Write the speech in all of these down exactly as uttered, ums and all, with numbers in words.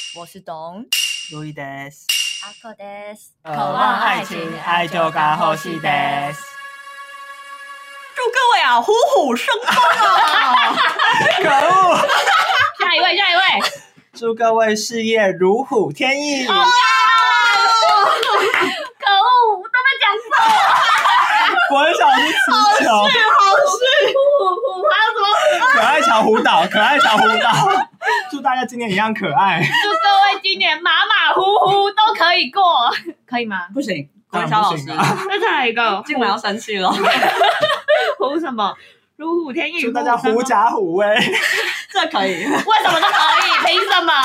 我是董路易德斯， 阿克德斯， 渴望爱情，爱就该呼吸德斯。 祝各位啊，虎虎生风啊！ 可恶！ 下一位，下一位， 祝各位事业如虎添翼。 可恶，我都被讲错了。 国小是词穷， 好事， 虎虎还有什么？ 可爱巧虎岛，可爱巧虎岛。祝大家今年一样可爱。 祝各位今年马马虎虎都可以过，可以吗？ 不行， 当然国小老师不行啊， 那再来一个， 今晚要生气了。 虎什么？如虎添翼。 祝大家狐假虎威。 这可以， 为什么都可以？凭什么？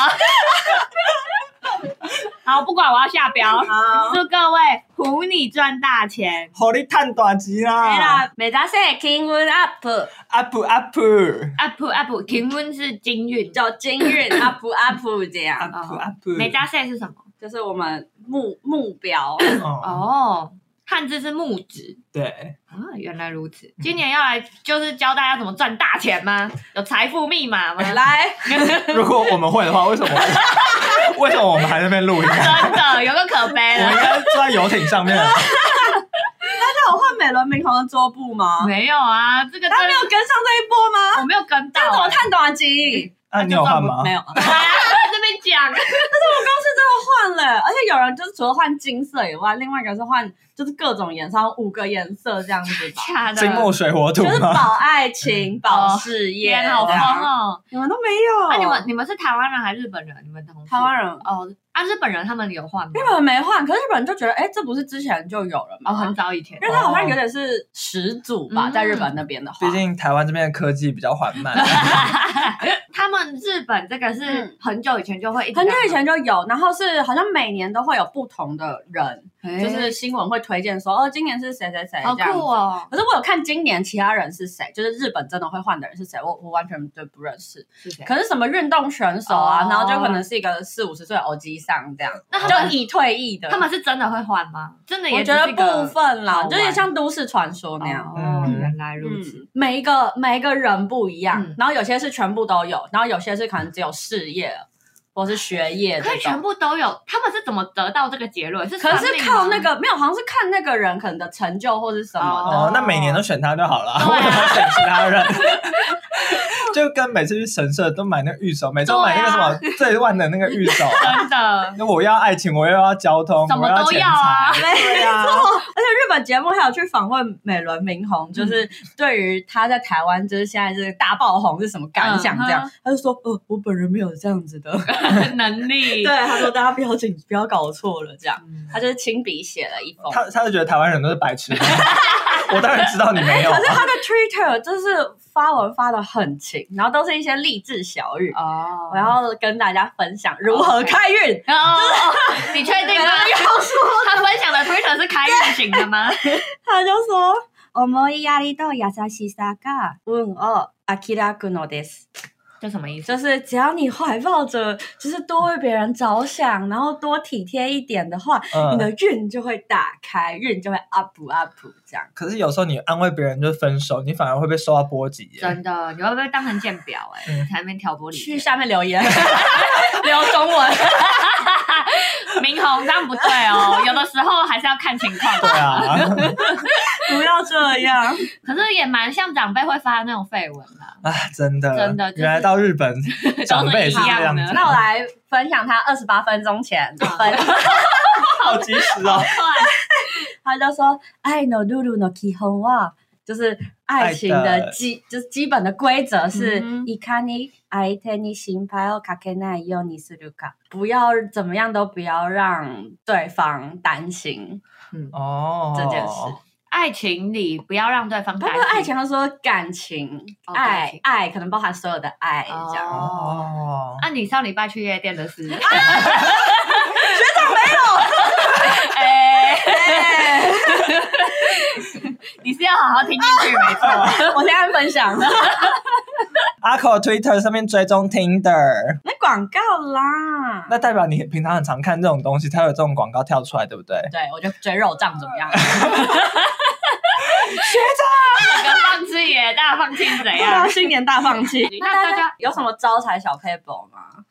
好，不管，我要下标。 好祝各位唬你赚大钱。 互你赚大钱来啦啦，每扎是 King Win Up， ！up up up up， 停温是金运， 叫金运 Up Up 这样， up up。 美加赛是什么？ 就是我们目目标。 哦， 哦，汉字是木子。 对， 啊，原来如此。今年要来就是教大家怎么赚大钱吗？有财富密码吗？ 来， 如果我们会的话，为什么为什么我们还在那边录音啊？ 真的有个可悲的。 我应该坐在游艇上面。 那有换美轮明宏的桌布吗？ 没有啊，这个他没有跟上这一波吗？ 我没有跟到、 他怎么欸。 看短集？ 啊，你有换吗？ 没有。 啊，这边讲， 换了，而且有人就是除了换金色以外，另外一个是换就是各种颜色，五个颜色这样子吧。 假的， 金木水火土就是吗？ 保爱情、保事业， 天好疯哦！ 你们都没有？ 那、啊、你们你们是台湾人还是日本人？你们同事台湾人哦，啊，日本人他们有换吗？ 日本人没换，可是日本人就觉得，哎，这不是之前就有了吗？ 哦，很早以前， 因为他好像有点是始祖吧， 嗯在日本那边的话， 毕竟台湾这边的科技比较缓慢。 他们日本这个是很久以前就会一直很久以前就有，然后是好像每年都会有不同的人， 欸就是新闻会推荐说，哦，今年是谁谁谁好这样子。 酷哦。 可是我有看今年其他人是谁，就是日本真的会换的人是谁，我我完全对不认识。 是谁？ 可是什么运动选手啊， 哦然后就可能是一个四五十岁的欧基上这样， 那他们就已退役的。 他们是真的会换吗？真的也我觉得只是一个部分啦， 好玩就有点像都市传说那样。 哦， 嗯原来如此。 嗯，每一个每一个人不一样， 嗯然后有些是全部都有，然后有些是可能只有事业或是学业这可以全种。 部都有，他们是怎么得到这个结论？是可是算命吗靠那个没有，好像是看那个人可能的成就或是什么的。 哦，那每年都选他就好了， 对啊为什么要选其他人？就跟每次去神社都买那个玉手，每次都买那个什么最万的那个玉手。 真的那我要爱情，我又要交通， 什么都我要钱要啊财。 没对啊， 错，而且日本节目还有去访问美轮明宏，就是对于他在台湾就是现在这个大爆红是什么感想？这样， 嗯他就说：“呃，我本人没有这样子的。 能力。 对，他说大家不要紧，不要搞错了，这样。 嗯他就是亲笔写了一封。 他他就觉得台湾人都是白痴。我当然知道你没有啊可是。他的 Twitter 就是发文发的很勤，然后都是一些励志小语。 哦我要跟大家分享如何开运。 哦，你确定吗？他分享的 Twitter 是开运型的吗？ 他就说：“思いやりと優しさが運を明らくのです。” 这什么意思？ 就是只要你怀抱着就是多为别人着想，然后多体贴一点的话， 嗯你的运就会打开，运就会 up up 这样。 可是有时候你安慰别人就分手，你反而会被受到波及耶。 真的，你会不会当成鉴表、欸？哎、 嗯， 在那边挑拨离去间。 下面留言，留中文。 明宏这样不对哦，有的时候还是要看情况。 对啊， 不要这样。 可是也蛮像长辈会发的那种绯闻啦。 啊，真的， 真的就是原来到日本长辈也是这样子都是一样的， 那我来分享他二十八分钟前的分享。 好及时哦。 他就说：“愛のルールの基本は，就是爱情的基，就是基本的规则是， 嗯いかに相手に心配をかけないようにするか，不要怎么样都不要让对方担心哦， 这件事。 爱情里不要让对方担心。 包括爱情，他说感情， 哦感爱情爱可能包含所有的爱这样。 哦， 那、啊、你上礼拜去夜店的事？学长没有。 哎、 哎你是要好好听进去，没错。 我现在分享。 阿口 Twitter 上面追踪 Tinder， 那广告啦。 那代表你平常很常看这种东西，才有这种广告跳出来，对不对？ 对，我就追肉胀怎么样？ 学长， 整个放弃耶，大放弃是怎样？ 新年大放弃。 那大家有什么招财小 paper 吗？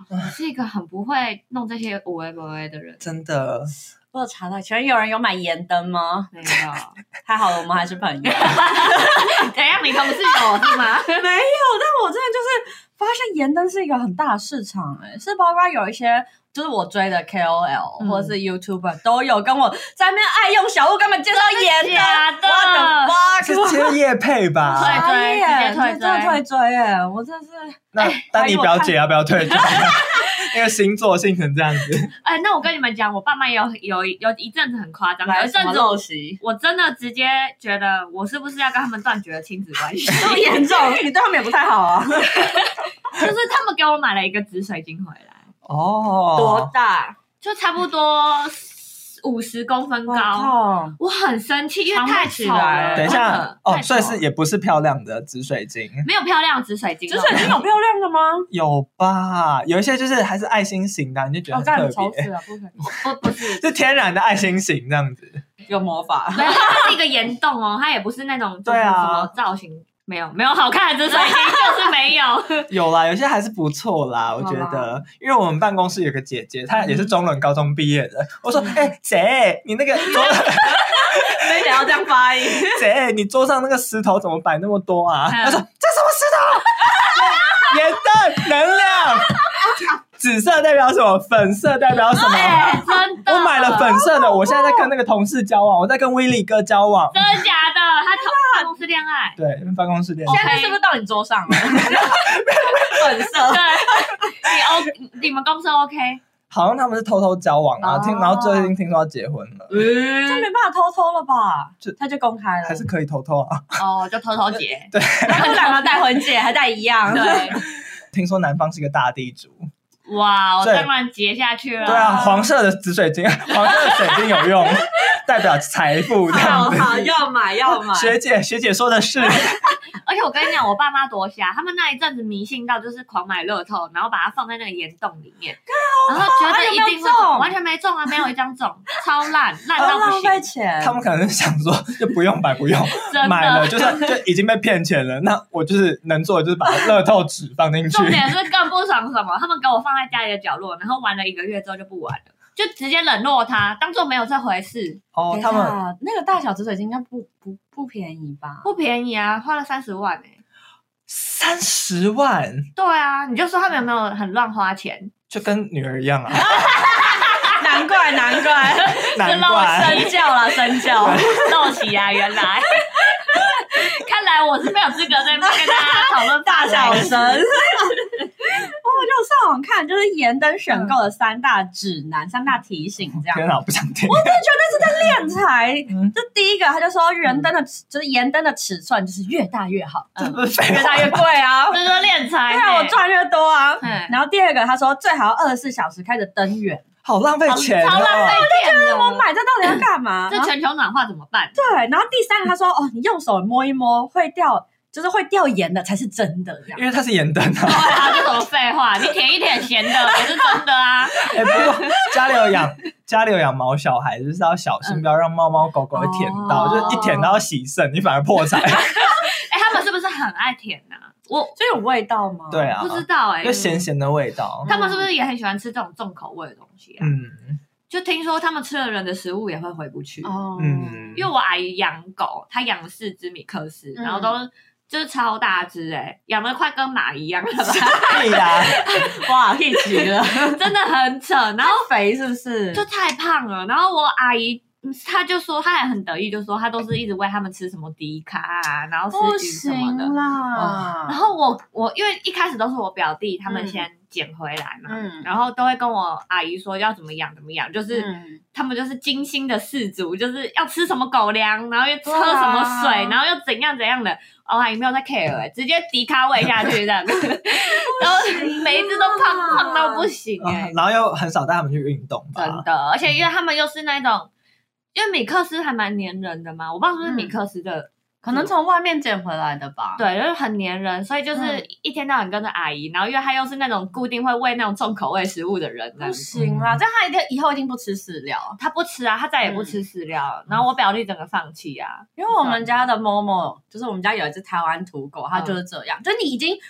我是一个很不会弄这些无为不为的人。 真的。 我有查到，请问有人有买盐灯吗？ 没有， 太好了，我们还是朋友。 等一下你同事有是吗？ 没有，但我真的就是发现盐灯是一个很大的市场、欸，哎，是包括有一些就是我追的 K O L、嗯、或者是 YouTuber 都有跟我在那边爱用小物，跟他们介绍盐灯。 假的 ，What the fuck？ 是接业配吧？ 退追，直接退追， 真的退追哎！我真的是。 那丹妮表姐要不要退追？那个星座性成这样子。 哎，那我跟你们讲，我爸妈也有有有一阵子很夸张，有一阵子陋习， 我真的直接觉得我是不是要跟他们断绝亲子关系？ 这么严重，你对他们也不太好啊。 就是他们给我买了一个紫水晶回来， 哦， 多大？ 就差不多五十公分高，我很生气，因为太丑了。 等一下，哦，所以是也不是漂亮的紫水晶， 没有漂亮的紫水晶， 紫水晶有漂亮的吗？ 有吧，有一些就是还是爱心型的，你就觉得很特别。 哦，不可能， 不不是， 是天然的爱心型这样子， 有魔法。 没有，它是一个岩洞哦，它也不是那种就是什么造型。没有没有好看的紫水晶，就是没有。 有啦，有些还是不错啦，我觉得，因为我们办公室有个姐姐，她也是中仑高中毕业的。我说，哎、欸，姐，你那个桌， 没想要这样发音。 姐，你桌上那个石头怎么摆那么多啊？她说，这什么石头？盐灯能量。紫色代表什么？粉色代表什么？ 欸、真的， 我买了粉色的，我现在在跟那个同事交往，我在跟威利哥交往。 真的假的？他同办公室恋爱？ 对，办公室恋爱。 现在是不是到你桌上了？粉色。 对，你 O， 你们公司 OK？ 好像他们是偷偷交往啊， 哦、 听，然后最近听说要结婚了。 嗯，这没办法偷偷了吧？就他就公开了， 还是可以偷偷啊？ 哦，就偷偷结。 对， 他们两个戴婚戒，还戴一样。 对。 听说男方是一个大地主。 哇，我当然结下去了。 对啊，黄色的紫水晶，黄色的水晶有用，代表财富这样子。 好好，要买要买。 学姐，学姐说的是。 而且我跟你讲，我爸妈多瞎，他们那一阵子迷信到就是狂买乐透，然后把它放在那个岩洞里面，然后觉得一定会中，完全没中啊，没有一张中，超烂，烂到不行。 浪费钱。 他们可能是想说，就不用买，不用买了，就是就已经被骗钱了。那我就是能做的就是把乐透纸放进去。 重点是更不爽什么？他们给我放在家里的角落，然后玩了一个月之后就不玩了。就直接冷落他，当做没有这回事。 哦，他们那个大小紫水晶应该不不不便宜吧？ 不便宜啊，花了三十万哎、欸。 三十万？ 对啊，你就说他们有没有很乱花钱？ 就跟女儿一样啊。 难怪难怪， 难怪身教啦身教， 陋习啊，原来。看来我是没有资格在那边跟大家讨论大小声。我就上网看，就是盐灯选购的三大指南、嗯、三大提醒这样。 天哪，我不想听。 我真的觉得是在敛财。嗯、就第一个，他就说盐灯的，就是盐灯的尺寸就是越大越好， 这不是废话、 越大越贵啊， 这就是敛财。 对啊，我赚越多啊。然后第二个，他说最好二十四小时开着灯源。 好浪费钱、哦， 超浪费钱的！ 我就觉得我买这到底要干嘛？ 这全球暖化怎么办？ 对，然后第三个他说哦，你用手摸一摸会掉，就是会掉盐的才是真的，这样。 因为它是盐灯啊。 对啊，这什么废话？你舔一舔咸的也是真的啊。 哎、欸，不过家里有养家里有养毛小孩，就是要小心，不要让猫猫狗狗会舔到，哦、就是一舔到要洗肾，你反而破财。 哎、欸，他们是不是很爱舔啊？我这有味道吗？ 对啊， 不知道哎、欸， 就咸咸的味道。 他们是不是也很喜欢吃这种重口味的东西啊？ 嗯， 就听说他们吃了人的食物也会回不去。 哦， 嗯， 因为我阿姨养狗，她养了四只米克斯，嗯、然后都就是超大只哎、欸，养的快跟马一样了吧？ 对呀， 哇，一起了， 真的很扯。然后肥是不是？ 就太胖了。然后我阿姨。他就说，他还很得意，就说他都是一直喂他们吃什么迪卡啊，然后狮鱼什么的。 不行啦。 然后我我因为一开始都是我表弟他们先捡回来嘛，嗯、然后都会跟我阿姨说要怎么养怎么养，就是、嗯、他们就是精心的饲主，就是要吃什么狗粮，然后又喝什么水，然后又怎样怎样的。我阿姨没有在 care 哎、欸，直接迪卡喂下去这样，然后每一只都胖胖到不行哎、欸嗯，然后又很少带他们去运动吧， 真的，而且因为他们又是那种。因为米克斯还蛮黏人的嘛，我不知道是不是米克斯的，嗯、 可能从外面捡回来的吧。 对，就是很黏人，所以就是一天到晚跟着阿姨，嗯、然后因为他又是那种固定会喂那种重口味食物的人， 不行啦，这样他一定以后一定不吃饲料， 他不吃啊，他再也不吃饲料。嗯、然后我表弟整个放弃啊， 因为我们家的某某，就是我们家有一只台湾土狗，它就是这样，嗯、就你已经。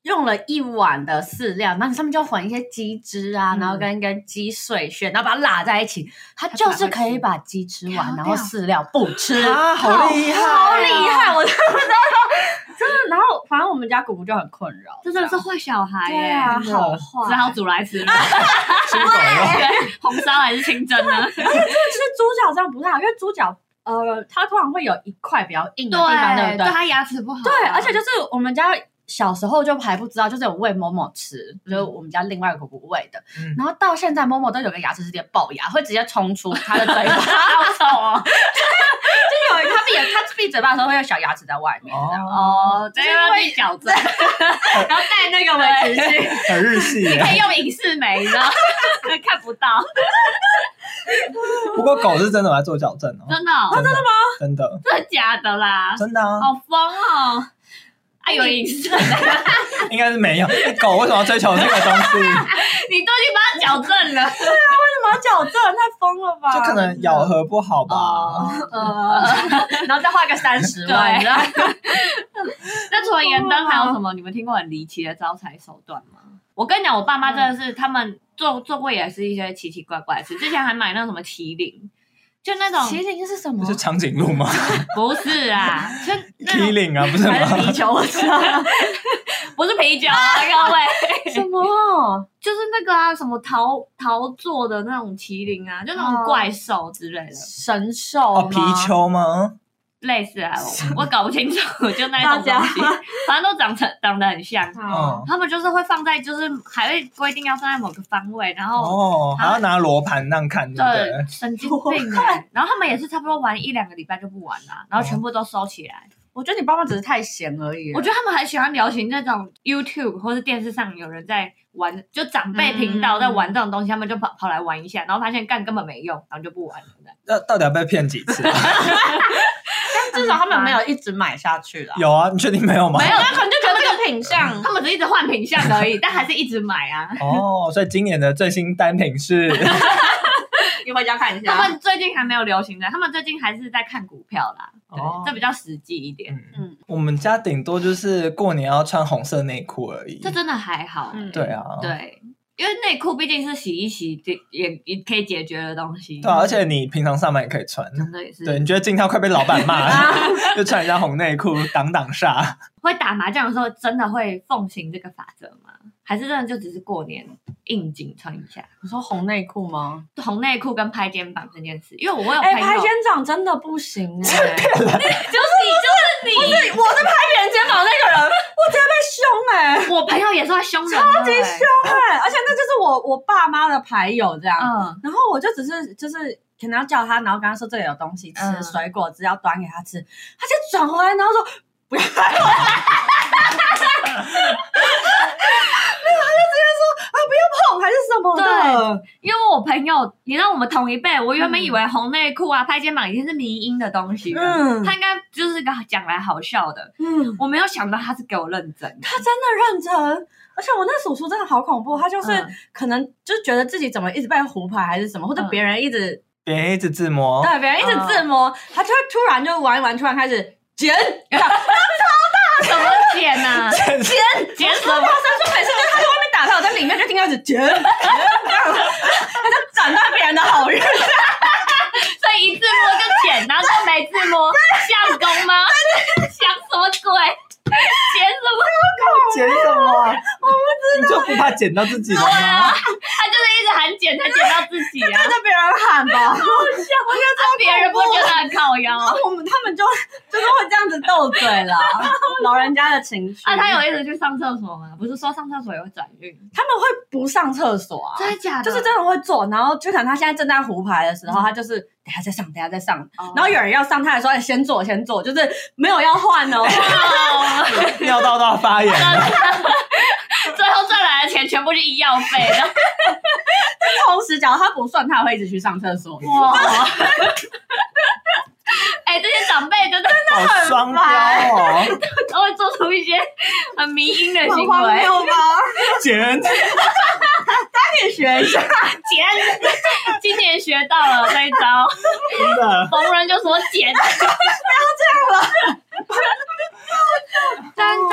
用了一碗的饲料，然后上面就混一些鸡汁啊，嗯、然后跟跟鸡碎屑，然后把它拉在一起，它就是可以把鸡吃完，然后饲料不吃啊，好厉害， 好厉害！我真的真的，然后反正我们家姑姑就很困扰， 真的是坏小孩耶， 对啊，好坏， 只好煮来吃了。 吃狗肉， 红烧还是清蒸呢？ 而且真的吃猪脚这样不太好，因为猪脚。呃，它通常会有一块比较硬的地方，对不对？ 对它牙齿不好、啊。 对，而且就是我们家小时候就还不知道，就是有喂某某吃，嗯、就是我们家另外一个姑姑喂的。嗯、然后到现在，某某都有个牙齿是直接龅牙，会直接冲出他的嘴巴， 好丑哦！ 就有他闭他闭嘴巴的时候会有小牙齿在外面。 哦，这个要去矫正，然后戴那个维持器， 很日系耶。 你可以用隐适美，你知道看不到。 不过狗是真的来做矫正哦， 真的、哦？ 真的吗？ 真的？ 真的假的啦？ 真的啊！ 好疯哦！啊，有隐适美？ 应该是没有。狗为什么要追求这个东西？ 你都已经把它矫正了。 对啊，为什么要矫正？太疯了吧！ 就可能咬合不好吧。 哦、呃，然后再花个三十万，你知道？ 那除了盐灯还有什么？你们听过很离奇的招财手段吗？我跟你讲，我爸妈真的是、嗯、他们做做过也是一些奇奇怪怪的事。之前还买那种什么麒麟，就那种麒麟是什么？ 不是长颈鹿吗？ 不是啊，就麒麟啊，不是吗？ 还是皮球？我知道， 不是啤酒啊，各位。 什么？ 就是那个啊，什么陶陶做的那种麒麟啊，就那种怪兽之类的。 神兽哦，皮丘吗？ 类似啊，我搞不清楚，就那种东西，反正都长成长得很像。 嗯， 他们就是会放在，就是还会规定要放在某个方位，然后哦，还要拿罗盘那样看，对不对？ 神经病哎！然后他们也是差不多玩一两个礼拜就不玩了，然后全部都收起来。 我觉得你爸妈只是太闲而已。 我觉得他们很喜欢流行那种 YouTube 或是电视上有人在玩，就长辈频道在玩这种东西，他们就跑跑来玩一下，然后发现干根本没用，然后就不玩了。 那到底要被骗几次？ 但至少他们没有一直买下去了。 有啊，你确定没有吗？ 没有，他可能就觉得这个品相， 他们只一直换品相而已，但还是一直买啊。 哦，所以今年的最新单品是。 你回家看一下。 他们最近还没有流行的，他们最近还是在看股票啦。对，哦、这比较实际一点。 嗯，嗯我们家顶多就是过年要穿红色内裤而已。 这真的还好。 嗯、 对啊。 对。因为内裤毕竟是洗一洗也也可以解决的东西， 对啊，而且你平常上班也可以穿， 真的也是。 对，你觉得今天快被老板骂了，就穿一下红内裤挡挡煞。 会打麻将的时候真的会奉行这个法则吗？还是真的就只是过年应景穿一下？ 你说红内裤吗？ 红内裤跟拍肩膀这件事，因为我有哎、欸，拍肩膀真的不行哎、欸， 就是你就是你， 不是我是拍别人肩膀那个人，我直接被凶哎、欸， 我朋友也是会凶人， 超级凶哎、欸，而且那就是我我爸妈的牌友这样， 嗯， 然后我就只是就是可能要叫他，然后跟他说这里有东西吃，嗯、水果汁要端给他吃，他就转回来，然后说不要拍我。没有，他就直接说啊，不要碰，还是什么的。 对，因为我朋友，你知道我们同一辈，我原本以为红内裤啊、拍肩膀已经是迷因的东西了，嗯，他应该就是个讲来好笑的，嗯，我没有想到他是给我认真， 他真的认真，而且我那叔叔真的好恐怖，他就是、嗯、可能就觉得自己怎么一直被胡牌还是什么，或者别人一直别人一直自摸， 对，别人一直自摸，嗯、他就会突然就玩一玩，突然开始剪，他超大， 怎么剪啊？ 剪剪剪什么？他说每次就他在外面打炮，在里面就听到一直剪，剪他就斩断别人的好运。 所以一字摸就剪，然后就没字摸，相公吗？想什么鬼？剪什么？ 剪什么？ 我不知道。 你就不怕剪到自己了吗？ 啊、他就是一直喊剪，才剪到自己啊！ 对着别人喊吧，好笑。我觉得别人不觉得很靠腰， 我们他们就就是会这样子斗嘴啦，老人家的情绪。 啊，他有一直去上厕所吗？不是说上厕所也会转运？ 他们会不上厕所啊？ 真的假的？ 就是真的会做，然后就可能他现在正在胡牌的时候，嗯、他就是等下再上，等下再上，哦、然后有人要上他的时候，哎，先做先做，就是没有要换哦。 尿道都要发炎了。 最后赚来的钱全部是医药费的。 同时，假如他不算，他会一直去上厕所。 哇！哎、欸，这些长辈真的好双标哦， 都会做出一些很迷因的行为， 没有吧？ 剪， 大家可以学一下。 剪，今年学到了这一招， 真的， 逢人就说剪， 不要这样了。 当当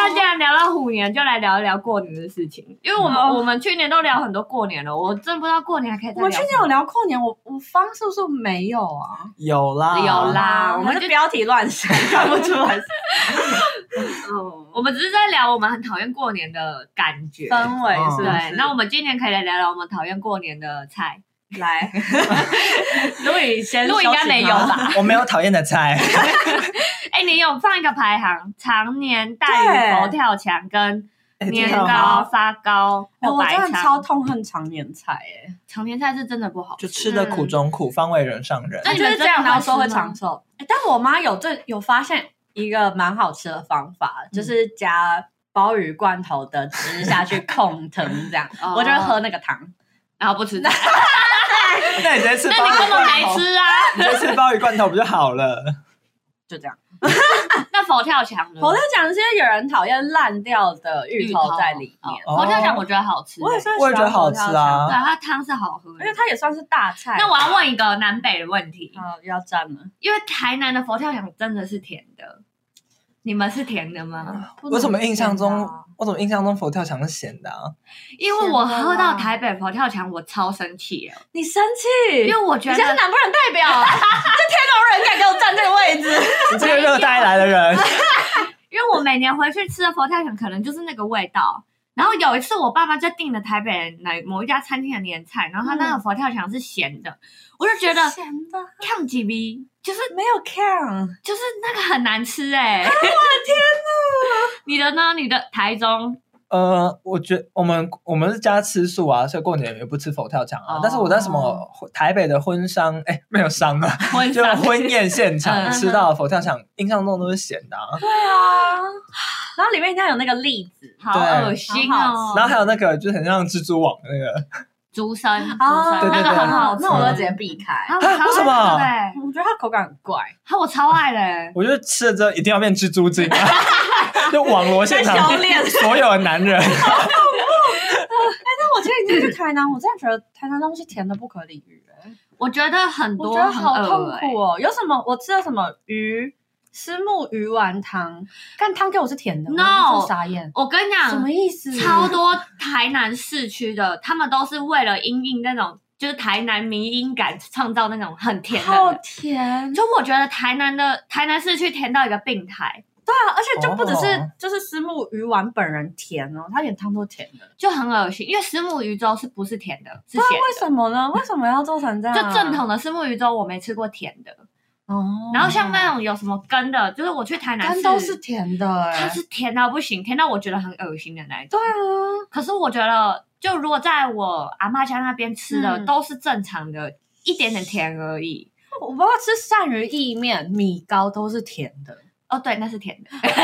那既然聊到虎年，就来聊一聊过年的事情。因为我们、哦、我们去年都聊很多过年了，我真不知道过年还可以再聊。 我们去年有聊过年，我我方是不是没有啊？ 有啦， 有啦， 我们是标题乱写，看不出来。 嗯，我们只是在聊我们很讨厌过年的感觉氛围，是不是？ 对，那我们今年可以来聊聊我们讨厌过年的菜。 来，陆宇先， 陆应该没有吧？ 我没有讨厌的菜。 哎、欸，你有放一个排行，常年带鱼佛跳墙跟年糕、发糕、 欸、 或白肠。 我真的超痛恨常年菜哎、欸， 常年菜是真的不好吃， 就吃的苦中苦，嗯、方为人上人。 那就是这样，然后说会长寿。欸、但我妈有这有发现一个蛮好吃的方法，嗯、就是加鲍鱼罐头的汁下去控汤，这样，我就会喝那个汤。 然后不吃菜， 那你直接吃鲍鱼罐头， 那你根本没吃啊！ 你直接吃鲍鱼罐头不就好了？ 就这样。 那佛跳墙呢？ 佛跳墙是因为有人讨厌烂掉的芋头在里面。 哦、佛跳墙我觉得好吃、欸， 我也是， 我也觉得好吃啊。 对，它汤是好喝的， 因为它也算是大菜。 那我要问一个南北的问题， 哦，要蘸了， 因为台南的佛跳墙真的是甜的。你们是甜的吗？ 我怎么印象中，我怎么印象中佛跳墙是咸的啊？ 因为我喝到台北佛跳墙，我超生气了。 你生气？ 因为我觉得你现在是南部人代表，这天龙人敢给我站这个位置？ 你这个热带来的人。 因为我每年回去吃的佛跳墙，可能就是那个味道。然后有一次，我爸爸就订了台北哪某一家餐厅的年菜，然后他那个佛跳墙是咸的，嗯、我就觉得咸的， 看几逼，就是没有看， 就是那个很难吃哎、欸！ 啊、我的天哪！ 你的呢？你的台中？ 呃，我觉得我们我们是家吃素啊，所以过年也不吃佛跳墙啊。哦、但是我在什么台北的婚商，哎，没有商啊， 婚就婚宴现场吃到的佛跳墙，印象中都是咸的啊。 对啊。然后里面应该有那个栗子， 好恶心哦。 然后还有那个就是很像蜘蛛网的那个竹笙， 啊， 那个很好吃， 那我都直接避开。 为什么？ 我觉得它口感很怪， 它我超爱的。 我觉得吃了之后一定要变蜘蛛精，就网罗现场所有的男人。 好恐怖！哎，那我前几天去台南，我真的觉得台南东西甜的不可理喻。 我觉得很多， 我觉得好痛苦哦。有什么？我吃了什么鱼？虱目鱼丸汤，但汤给我是甜的 ，no， 我傻眼。 我跟你讲， 什么意思？ 超多台南市区的，他们都是为了因应那种就是台南迷因感，创造那种很甜的。 好甜！ 就我觉得台南的台南市区甜到一个病态。 对啊，而且就不只是、oh. 就是虱目鱼丸本人甜哦，它连汤都甜的， 就很恶心。因为虱目鱼粥是不是甜的？是咸的。 为什么呢？为什么要做成这样？ 就正统的虱目鱼粥我没吃过甜的。 哦， 然后像那种有什么羹的，就是我去台南羹都是甜的、欸， 它是甜到不行，甜到我觉得很恶心的那一种。 对啊， 可是我觉得，就如果在我阿嬷家那边吃的，嗯、都是正常的，一点点甜而已。 我包括吃鳝鱼意面、米糕都是甜的。 哦，对，那是甜的。 不行，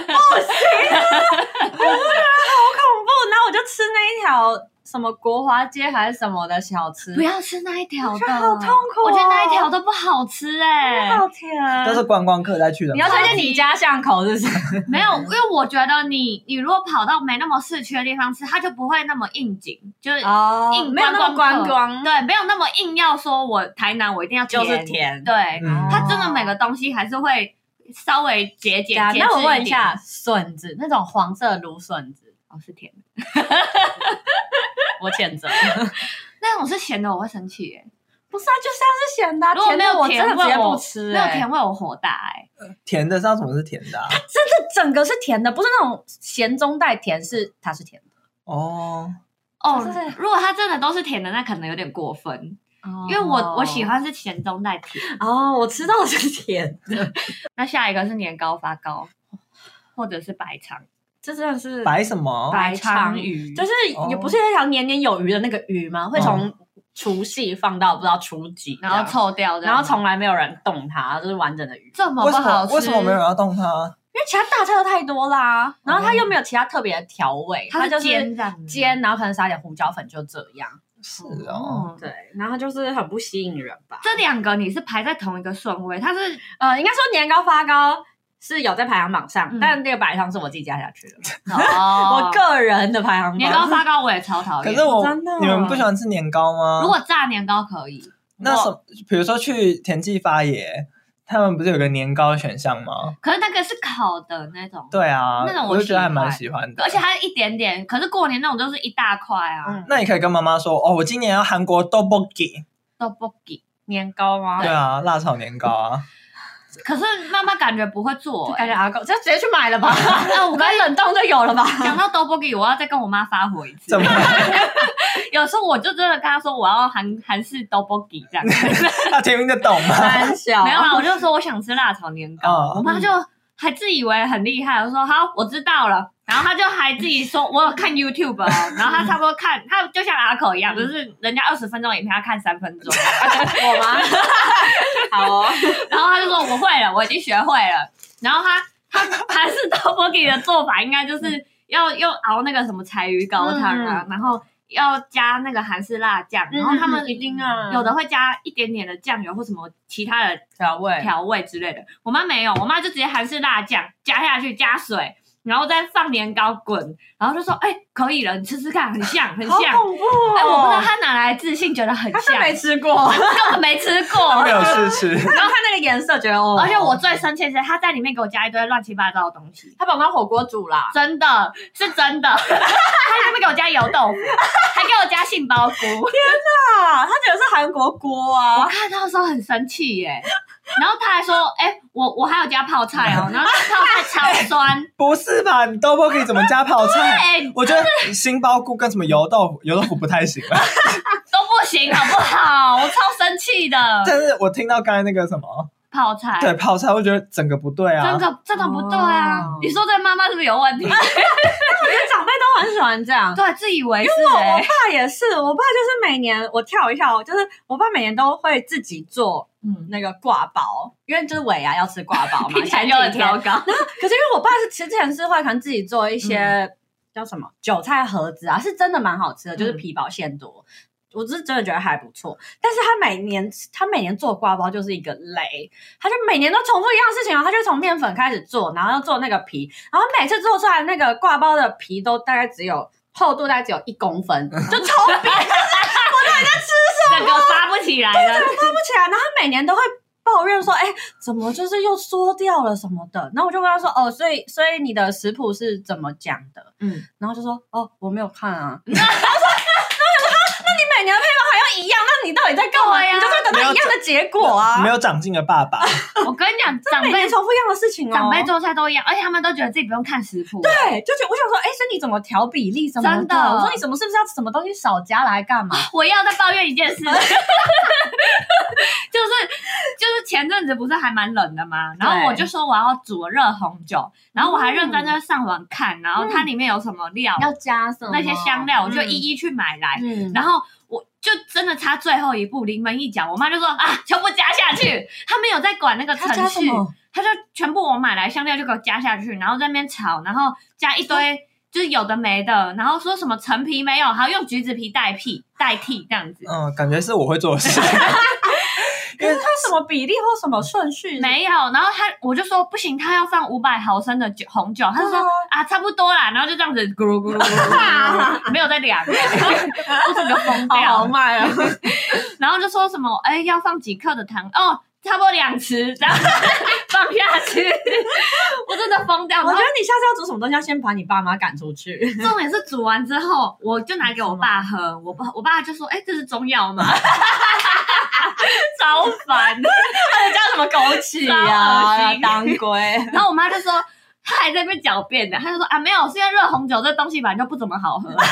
我觉得好恐怖。然后我就吃那一条什么国华街还是什么的小吃， 不要吃那一条的， 好痛苦、哦。 我觉得那一条都不好吃哎、 欸，好甜， 都是观光客在去的。 你要推荐你家巷口是不是？ 没有，因为我觉得你你如果跑到没那么市区的地方吃，它就不会那么应景，就是哦， 硬没有那么观光， 对，没有那么硬要说我台南我一定要甜就是甜， 对， 嗯、 它真的每个东西还是会稍微节俭。 那我问一下，笋子那种黄色芦笋子， 哦是甜的。 我谴责那种是咸的，我会生气耶。 不是啊，就是要是咸的、啊， 如果没有甜的我真的直接不吃、欸， 没有甜味我火大哎、 欸。甜的知道什么是甜的、啊？ 它真的整个是甜的，不是那种咸中带甜，是它是甜的。 哦哦，如果它真的都是甜的，那可能有点过分。哦、因为我我喜欢是咸中带甜。 哦，我吃到的是甜的。 那下一个是年糕发糕，或者是白肠。 这真的是白什么？ 白鲳鱼，就是也不是那条年年有余的那个鱼吗？会从除夕放到不知道初几， 然后臭掉， 然后从来没有人动它，就是完整的鱼。 这么不好吃？ 为什么没有人要动它？ 因为其他大菜都太多啦，然后它又没有其他特别的调味， 它就是煎煎，然后可能撒点胡椒粉，就这样。 是哦， 对，然后就是很不吸引人吧。 这两个你是排在同一个顺位，它是呃，应该说年糕发糕是有在排行榜上，嗯、但那个白糖是我自己加下去的。 哦， 我个人的排行榜。 年糕发糕我也超讨厌。 可是我真的， 你们不喜欢吃年糕吗？ 如果炸年糕可以。 那什比如说去田记发野， 他们不是有个年糕选项吗？ 可是那个是烤的那种。 对啊， 那种我就觉得还蛮喜欢的， 而且它一点点。可是过年那种就是一大块啊。 嗯、 那你可以跟妈妈说，哦，我今年要韩国떡볶이。 떡볶이 年糕吗？ 对啊，辣炒年糕啊。 可是妈妈感觉不会做、欸， 感觉阿公就直接去买了吧。 那我刚冷冻就有了吧。 讲到 떡볶이， 我要再跟我妈发火一次。 怎么？ 有时候我就真的跟她说我要韩韩式 떡볶이 这样子。 她听得懂吗？ 很小。 没有啦，我就说我想吃辣炒年糕，哦、我妈就还自以为很厉害，我说好，我知道了。然后她就还自己说，我有看 YouTube 哦，然后她差不多看，她就像阿口一样，就是人家二十分钟影片，她看三分钟。 我吗？好哦。 然后她就说我会了，我已经学会了。然后她她韩式 떡볶이 的做法应该就是要又熬那个什么柴鱼高汤啊，嗯、然后要加那个韩式辣酱，然后他们一定啊， 有的会加一点点的酱油或什么其他的调味调味之类的。我妈没有，我妈就直接韩式辣酱加下去，加水。然后再放年糕滚，然后就说：“哎、欸，可以了，你吃吃看，很像，很像。” 好恐怖哦！ 哎、欸，我不知道他哪来自信，觉得很像。 他没吃过， 根本没吃过， 没有试吃。 然后看那个颜色，觉得哦。 而且我最生气的是，他在里面给我加一堆乱七八糟的东西。 他把我当火锅煮啦， 真的是真的。他在里面给我加油豆腐，还给我加杏鲍菇。天哪，他觉得是韩国锅啊！ 我看到的时候很生气耶。然后他还说：“哎、欸，我我还有加泡菜哦，然后泡菜超酸。” 不是吧？你떡볶이怎么加泡菜？我觉得杏鲍菇跟什么油豆腐、油豆腐不太行了， 都不行，好不好？我超生气的。 但是我听到刚才那个什么泡菜， 对泡菜，我觉得整个不对啊， 真的真的不对啊！哦、你说这妈妈是不是有问题？ 我觉得长辈都很喜欢这样， 对，自以为是、欸。 因为我我爸也是，我爸就是每年我跳一跳，就是我爸每年都会自己做。嗯，那个挂包，因为就是尾牙要吃挂包嘛， 前几天。然后， 可是因为我爸是之前是会可能自己做一些、嗯、叫什么韭菜盒子啊，是真的蛮好吃的，就是皮薄馅多。嗯、我是真的觉得还不错。但是他每年他每年做挂包就是一个雷，他就每年都重复一样事情哦，他就从面粉开始做，然后要做那个皮，然后每次做出来那个挂包的皮都大概只有厚度大概只有一公分，就超扁。我到底在吃什么？ 整个发不起来了， 对，整个发不起来。然后他每年都会抱怨说：“哎、欸，怎么就是又缩掉了什么的？”然后我就问他说：“哦，所以所以你的食谱是怎么讲的？”嗯，然后就说：“哦，我没有看啊。”然后说：“那你每年的配方还要一样，那你到底在干嘛呀？你就会得到一样的结果啊！” 没有长进的爸爸。 我跟你讲，长辈每年重复一样的事情哦， 长辈做菜都一样，而且他们都觉得自己不用看食谱。 对，就觉得我想说，哎、欸，所以你怎么调比例什么的？ 真的， 我说你什么是不是要什么东西少加来干嘛？ 我要再抱怨一件事，就是就是前阵子不是还蛮冷的吗？然后我就说我要煮热红酒，然后我还认真在上网看，然后它里面有什么料， 要加什么那些香料，我就一一去买来，嗯、然后我就真的差最后一步，临门一脚，我妈就说啊，全部加下去，她没有在管那个程序，她就全部我买来香料就给我加下去，然后在那边炒，然后加一堆。就是有的没的，然后说什么陈皮没有，还要用橘子皮代替代替这样子。 嗯，感觉是我会做的事情。 可是它什么比例或什么顺序没有，然后他我就说不行，他要放五百毫升的酒红酒，他就说啊差不多啦，然后就这样子咕噜咕噜咕噜，没有在量，我整个疯掉， 好卖啊！ 然后就说什么哎要放几克的糖哦。差不多两匙，这样放下去，我真的疯掉。 我觉得你下次要煮什么东西，要先把你爸妈赶出去。 重点是煮完之后，我就拿给我爸喝，我爸我爸就说：“哎、欸，这是中药吗？”超烦， 还有加什么枸杞啊、当归。 然后我妈就说，她还在那边狡辩的，她就说：“啊，没有，是因为热红酒这东西本来就不怎么好喝、啊。”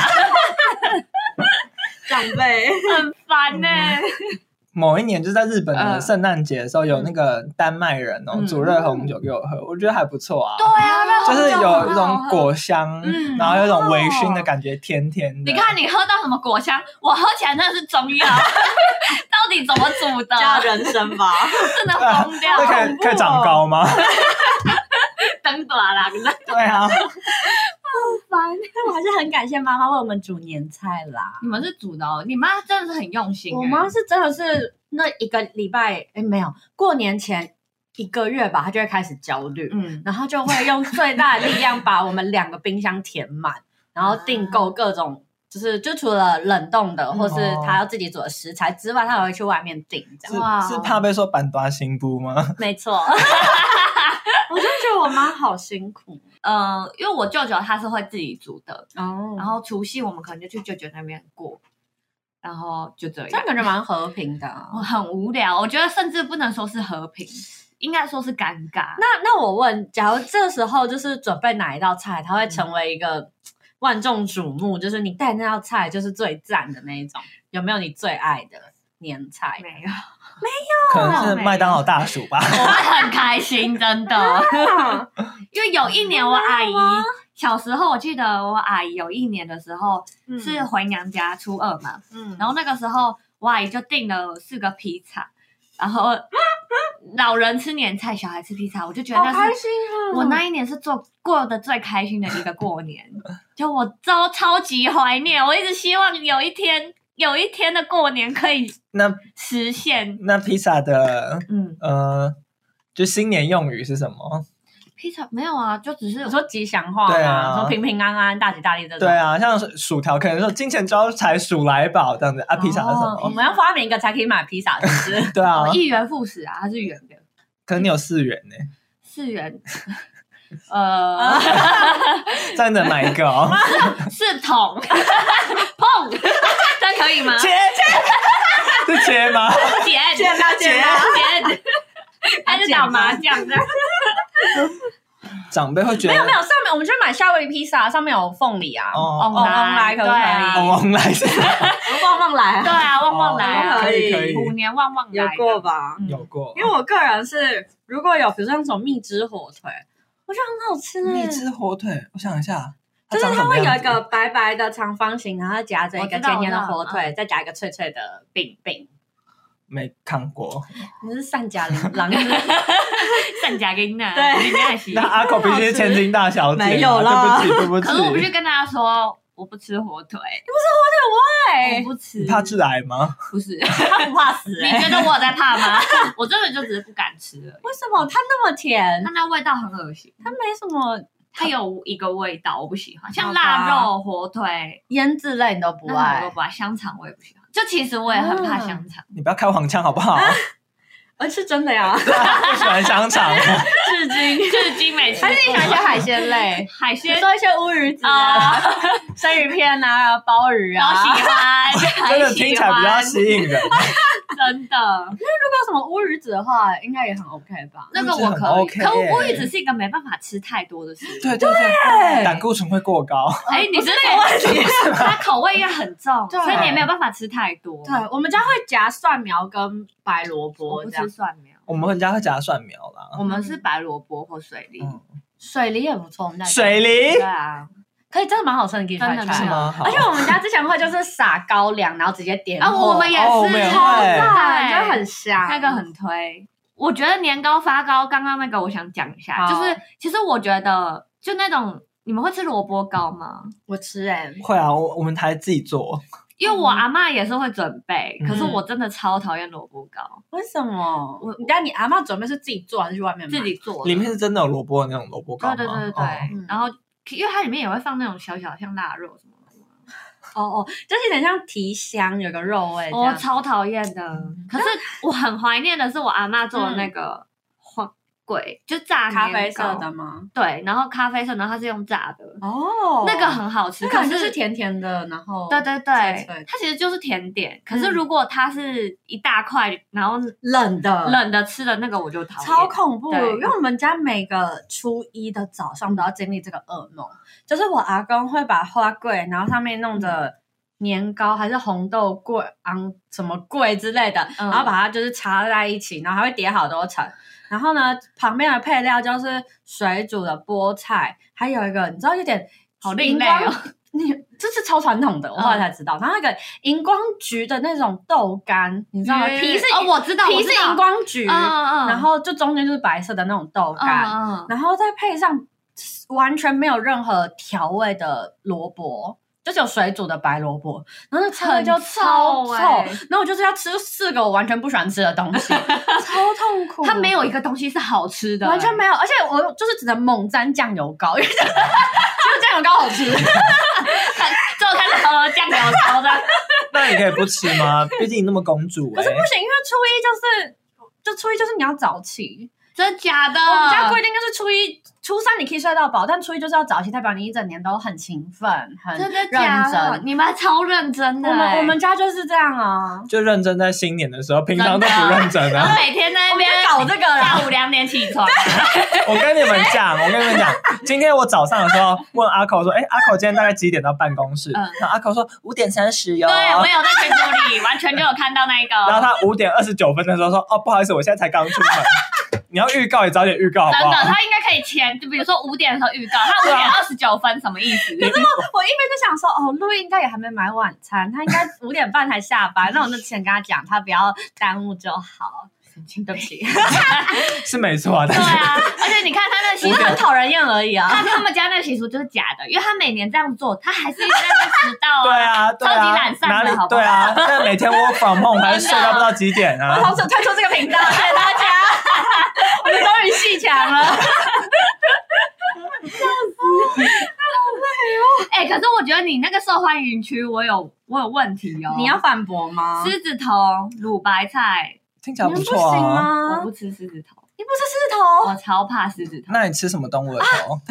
长辈很烦呢、欸。 某一年就在日本的圣诞节的时候，有那个丹麦人哦、嗯、煮热红酒给我喝，我觉得还不错啊。 对啊，热红酒就是有一种果香， 嗯、 然后有一种微醺的感觉，甜甜的。 你看你喝到什么果香？我喝起来真的是中药，到底怎么煮的？ 加人参吧， 真的疯掉。 那可以可以长高吗？ 等短啦， 对啊。 好烦，但我还是很感谢妈妈为我们煮年菜啦。 你们是煮的哦，你妈真的是很用心、欸。 我妈是真的是那一个礼拜，哎，没有过年前一个月吧，她就会开始焦虑，嗯，然后就会用最大的力量把我们两个冰箱填满，然后订购各种就是就除了冷冻的，或是他要自己煮的食材之外，他还会去外面订这样。是是怕被说板大新布吗？ 没错，我就觉得我妈好辛苦。 呃，因为我舅舅他是会自己煮的哦， 然后除夕我们可能就去舅舅那边过，然后就这样， 这样感觉蛮和平的、啊。 我很无聊，我觉得甚至不能说是和平，应该说是尴尬。 那那我问，假如这时候就是准备哪一道菜，它会成为一个万众瞩目，就是你带那道菜就是最赞的那一种，有没有你最爱的年菜？ 没有， 没有， 可能是麦当劳大薯吧。 我会很开心，真的。因为有一年我阿姨小时候，我记得我阿姨有一年的时候、嗯、是回娘家初二嘛，嗯，然后那个时候我阿姨就订了四个披萨，然后老人吃年菜，小孩吃披萨，我就觉得那是好开心啊！ 我那一年是做过得最开心的一个过年，就我超超级怀念，我一直希望有一天有一天的过年可以那实现。 那披萨的嗯呃，就新年用语是什么？ 披萨没有啊，就只是你说吉祥话对啊， 说平平安安、大吉大利这种。 对啊，像薯条可能说金钱招财、鼠来宝这样子啊。披萨是什么？ 我们要发明一个才可以买披萨，是不是？ 对啊， 一元复始啊，它是圆的。 可是你有四元呢、欸。 四元，呃， 这样子买一个哦。 四桶，碰，这样可以吗？ 切切，是切吗？ 剪剪啊剪啊剪，还是打麻将这样？ 长辈会觉得没有没有，上面我们去买夏威夷披萨，上面有凤梨啊， 哦， 旺旺来可不可以？ 旺旺来是旺旺来， 对啊，旺旺来可以可以， 虎年旺旺来有过吧？ 有过， 因为我个人是如果有比如说那种蜜汁火腿，我觉得很好吃。 蜜汁火腿，我想一下， 就是它会有一个白白的长方形，然后夹着一个甜甜的火腿，再夹一个脆脆的饼饼。 没看过， 你是善假郎， 善假玲呐， 对， 那阿口必须是千金大小姐， 没有啦， 对不起，对不起。 可是我必须跟大家说，我不吃火腿， 你不吃火腿， 我不吃。 你怕致癌吗？ 不是， 他不怕死、 欸。你觉得我有在怕吗？我真的就只是不敢吃了。 为什么？它那么甜， 它那味道很恶心， 它没什么。 它有一个味道我不喜欢，像腊肉、火腿、 腌制类你都不爱， 我都不爱。香肠我也不喜欢，就其实我也很怕香肠。 你不要开黄腔好不好？ 我是真的呀， 不喜欢香肠， 至今至今没吃。 还是你喜欢一些海鲜类？ 海鲜， 说一些乌鱼子啊、生鱼片啊、鲍鱼啊， 都喜欢， 真的听起来比较吸引人。 真的， 因为如果有什么乌鱼子的话，应该也很 OK 吧？ 那个我可以， OK、 可乌鱼子是一个没办法吃太多的事。 对对对，胆固醇会过高。 哎、欸，你是那个问题，它口味也很重，所以你也没有办法吃太多。 对，我们家会夹蒜苗跟白萝卜， 我不吃蒜苗。 我们家会夹蒜苗啦。 我们是白萝卜或水梨， 嗯、水梨也不错。我们家水梨， 对啊。 可以，真的蛮好吃的，你可以真的是吗？ 而且我们家之前会就是撒高粱，然后直接点啊，我们也是， 超赞，就很香， 那个很推。我觉得年糕发糕，刚刚那个我想讲一下，就是其实我觉得就那种，你们会吃萝卜糕吗？ 我吃哎、欸， 会啊，我我们还自己做， 因为我阿嬷也是会准备，嗯、可是我真的超讨厌萝卜糕。 为什么？我你家你阿嬷准备是自己做还是去外面买？ 自己做， 里面是真的有萝卜的那种萝卜糕吗？ 对对对对对，哦、然后。因为它里面也会放那种小小像腊肉什么的， 哦哦，就是有点像提香，有个肉味。 我、哦、超讨厌的，嗯、可是我很怀念的是我阿嬷做的那个花粿，就炸咖啡色的吗？ 对，然后咖啡色，然后它是用炸的， 哦， 那个很好吃， 可是就是甜甜的，然后对对对，脆脆它其实就是甜点。可是如果它是一大块，然后冷的冷的吃的那个，我就讨厌， 超恐怖。因为我们家每个初一的早上都要经历这个噩梦，就是我阿公会把花粿，然后上面弄着年糕还是红豆粿、昂什么粿之类的，嗯、然后把它就是插在一起，然后还会叠好多层。然后呢，旁边的配料就是水煮的菠菜，还有一个你知道有点好另类哦， 你这是超传统的，我后来才知道。嗯、然后那个荧光橘的那种豆干，你知道吗？嗯、皮是哦，我知道， 皮是荧光橘， 嗯嗯然后就中间就是白色的那种豆干，嗯嗯然后再配上完全没有任何调味的萝卜。 就是有水煮的白萝卜，然后那菜味就超臭， 欸、 然后我就是要吃四个我完全不喜欢吃的东西，超痛苦。 它没有一个东西是好吃的、欸， 完全没有，而且我就是只能猛沾酱油膏，因为只有酱油膏好吃。 最后看到了酱油膏的， 那你可以不吃吗？毕竟你那么公主、欸， 可是不行，因为初一就是就初一就是你要早起。 真的假的？ 我们家规定就是初一、初三你可以睡到饱，但初一就是要早起，代表你一整年都很勤奋、很认真。 真的假的？你们超认真的、欸。 我们我们家就是这样啊， 就认真在新年的时候，平常都不认真啊。 每天在那边搞这个， 下午两点起床。 我跟你们讲，我跟你们讲，今天我早上的时候问阿口说：“哎、欸，阿口今天大概几点到办公室？”嗯、然后阿口说：“五点三十哟。” 对，我有在群组里，完全就有看到那个。 然后他五点二十九分的时候说：“哦，不好意思，我现在才刚出门。”你要预告也早点预告好不好？ 真的，他应该可以前，就比如说五点的时候预告，他五点二十九分什么意思？ 可是我我一边就想说，哦，路易应该也还没买晚餐，他应该五点半才下班，那我就先跟他讲，他不要耽误就好。对不起， 是没错啊。 对啊，而且你看他那个习俗很讨人厌而已啊。 他他们家那个习俗就是假的，因为他每年这样做，他还是一直在那迟到啊。 对啊，对啊， 超级懒散的，好不好？ 对啊，现在每天 work from home 还是睡到不知道几点啊。 我从此退出这个频道，谢谢大家。我们终于戏强了。笑死，好累哦。 哎、欸，可是我觉得你那个受欢迎区，我有我有问题哦。 你要反驳吗？ 狮子头、卤白菜。 听起来不错啊！ 吗我不吃狮子头， 你不吃狮子头？ 我超怕狮子头。 那你吃什么动物的头？啊、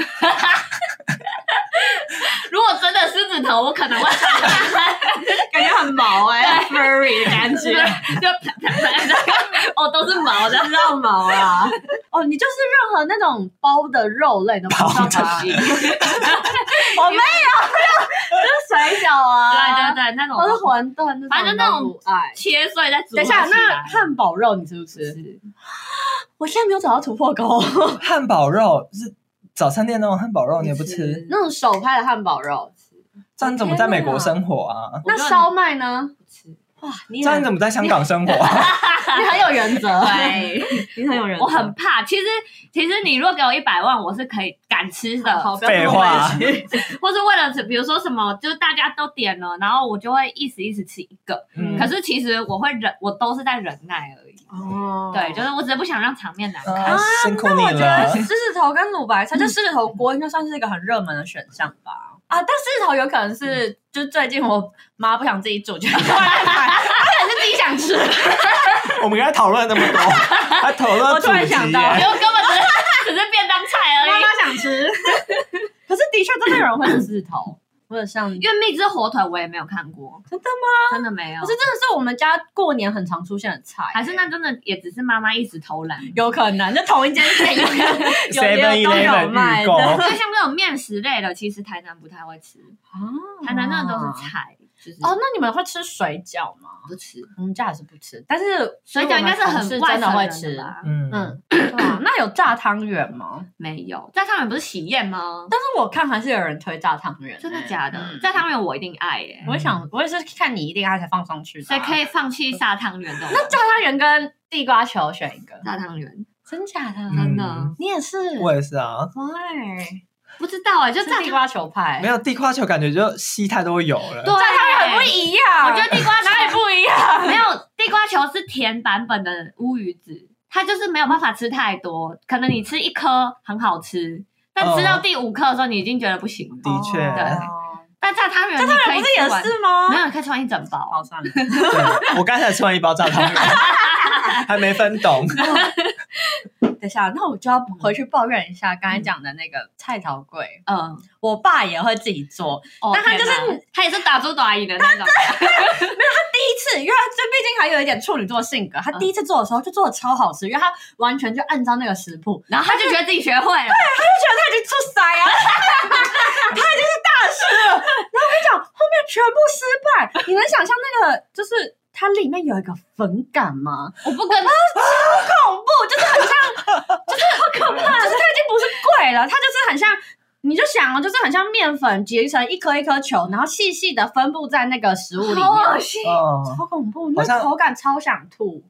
如果真的狮子头，我可能会感觉很毛哎、欸、，furry 的感觉， 就哦都是毛的， 绕毛啊！哦，你就是任何那种包的肉类都不算吧？我没有，就是水饺啊， 对对对，那种都是馄饨， 反正那种切碎再煮。 等一下，那汉堡肉你吃不吃？我现在没有找到突破口。 汉堡肉是早餐店那种汉堡肉，你也不吃？ 那种手拍的汉堡肉， 这样你怎么在美国生活啊？ 那烧麦呢？不吃。哇，你这样你怎么在香港生活啊？ 你很有原则， 对， 你很有原则。 我很怕，其实其实你如果给我一百万，我是可以敢吃的。 废话， 或是为了比如说什么，就是大家都点了，然后我就会一时一时吃一个。嗯、可是其实我会忍，我都是在忍耐而已。哦，对，就是我只是不想让场面难看。 啊、辛苦你了。 那我觉得狮子头跟卤白菜，就狮子头锅应该算是一个很热门的选项吧。啊，但狮子头有可能是，嗯、就是最近我妈不想自己煮，就突然买，她可能是自己想吃。 我们刚才讨论那么多，还讨论我突然想到， 因为根本只是只是便当菜而已。 妈妈想吃，可是的确真的有人会吃狮子头。或者像， 因为蜜汁火腿我也没有看过， 真的吗？ 真的没有。 可是真的是我们家过年很常出现的菜， 还是那真的也只是妈妈一直偷懒， 有可能就同一间店有有都有卖的。 因为像这种面食类的，其实台南不太会吃啊，台南那都是菜。就是、 哦，那你们会吃水饺吗？ 不吃， 我们家也是不吃。但是水饺应该是很外真的会吃吧？ 嗯嗯，对啊。那有炸汤圆吗？ 没有，炸汤圆不是喜宴吗？ 但是我看还是有人推炸汤圆， 真的假的？嗯、炸汤圆我一定爱耶！ 我也想，我也是看你一定爱才放上去的、啊， 所以可以放弃炸汤圆的。 那炸汤圆跟地瓜球选一个， 炸汤圆， 真假的？ 真的、 嗯，你也是？ 我也是啊。 对。 不知道哎、欸，就地瓜球派没有地瓜球，感觉就西太都有了。 对， 炸汤圆很不一样。 我觉得地瓜球哪里不一样？ 没有地瓜球是甜版本的乌鱼子，它就是没有办法吃太多，可能你吃一颗很好吃，但吃到第五颗的时候，你已经觉得不行了。 的确，对。 但炸汤圆， 炸汤圆不是也是吗？ 没有，你可以吃完一整包。 好，算了。 对，我刚才吃完一包炸汤圆，还没分懂。 等一下，那我就要回去抱怨一下刚才讲的那个菜头粿。嗯，我爸也会自己做， 哦、 但他就是他也是打猪打赢的那种。 没有，他第一次，因为他这毕竟还有一点处女座性格，他第一次做的时候就做的超好吃，因为他完全就按照那个食谱， 然后他就觉得自己学会了，对， 他就觉得他已经出塞啊，他已经是大师了。然后我跟你讲，后面全部失败，你能想象那个就是？它里面有一个粉感吗？ 我不跟， 超恐怖，就是很像，就是好可怕，就是它已经不是粿了，它就是很像，你就想哦，就是很像面粉结成一颗一颗球，然后细细的分布在那个食物里面， 好恶心， 超恐怖，那口感超想吐。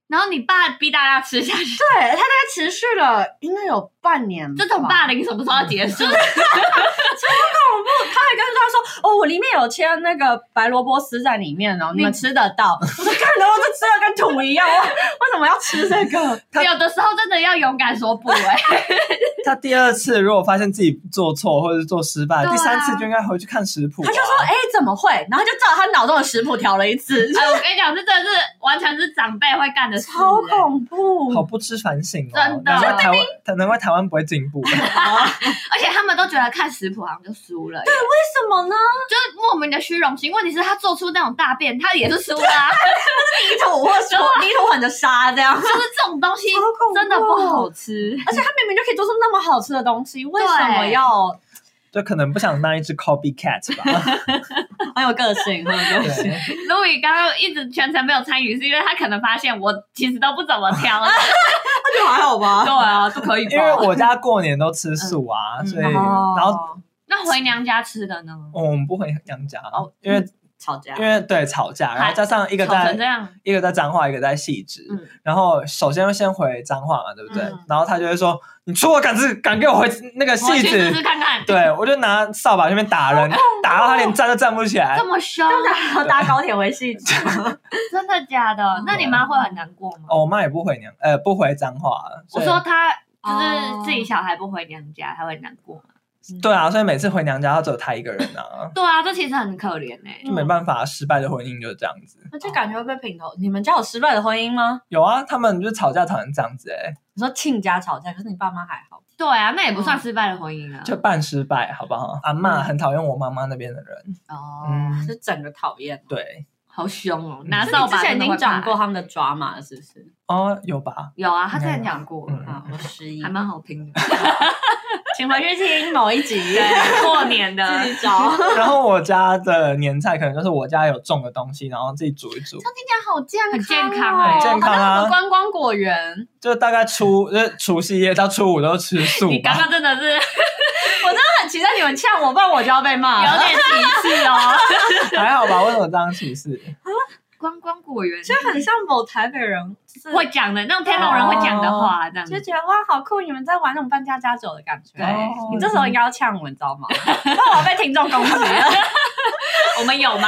然后你爸逼大家吃下去， 对，他大概持续了应该有半年吧。 这种霸凌什么时候要结束？ 超恐怖！他还跟他说：“哦，我里面有切那个白萝卜丝在里面哦，你们吃得到。”我说：“看到我这吃的跟土一样，我为什么要吃这个？” 有的时候真的要勇敢说不哎、欸。 他第二次如果发现自己做错或者是做失败， 啊、 第三次就应该回去看食谱、啊。 他就说：“哎、欸，怎么会？”然后就照他脑中的食谱调了一次。 哎，我跟你讲，这真的是完全是长辈会干的事、欸， 超恐怖， 好不知反省哦！ 真的， 难怪台湾，难怪台湾不会进步。 而且他们都觉得看食谱好像就输了。 对，为什么呢？ 就是莫名的虚荣心。问题是他做出那种大便，他也是输了、啊。 泥土或者泥土混着沙这样， 就是这种东西真的不好吃。 而且他明明就可以做出那么好吃的东西，为什么要？ 就可能不想当一只 copycat 吧， 很有个性，很有个性。 Louis 刚刚一直全程没有参与，是因为他可能发现我其实都不怎么挑，那就还好吧？ 对啊，都可以吧。 因为我家过年都吃素啊，嗯、所以、 哦、 然后那回娘家吃的呢？ 哦、我们不回娘家哦， 因为。 吵架， 因为对吵架，然后加上一个在一个在彰化，一个在汐止、嗯，然后首先先回彰化嘛，对不对？嗯、然后他就会说：“你出我赶是赶给我回那个汐止， 试试看看。” 对，我就拿扫把去那边打人，打到他连站都站不起来， 这么凶， 然后搭高铁回汐止， 真的假的？那你妈会很难过吗？ 哦，我妈也不回娘，呃，不回彰化。 我说她就是自己小孩不回娘家，她会难过吗？ 对啊，所以每次回娘家，都只有他一个人啊。 对啊，这其实很可怜哎、欸， 就没办法，失败的婚姻就是这样子。 而且感觉会被评头。你们家有失败的婚姻吗？ 有啊，他们就吵架吵成这样子哎、欸。 你说亲家吵架，可是你爸妈还好。 对啊，那也不算失败的婚姻啊， 就半失败，好不好？阿嬷很讨厌我妈妈那边的人。 哦、嗯，是整个讨厌。 对。 好凶哦！拿扫把。 之前已经讲过他们的抓马了，是不是？ 哦，有吧？ 有啊，他之前讲过， 嗯嗯、我失忆， 还蛮好听的。 请回去听某一集， 过年的自己找。 然后我家的年菜可能就是我家有种的东西，然后自己煮一煮。 这听起来好健康、哦， 很健康、欸， 很健康啊！ 好观光果园， 就大概初就是除夕夜到初五都吃素。 你刚刚真的是， 我真的很期待你们呛我，不然我就要被骂， 有点歧视哦。 还好吧？为什么这样歧视？ 观光果园就很像某台北人会讲的那种天龙人会讲的话，这样就觉得哇好酷，你们在玩那种扮家家酒的感觉。哦、你这时候应该要呛我，你知道吗？那我要被听众攻击了。 我们有吗？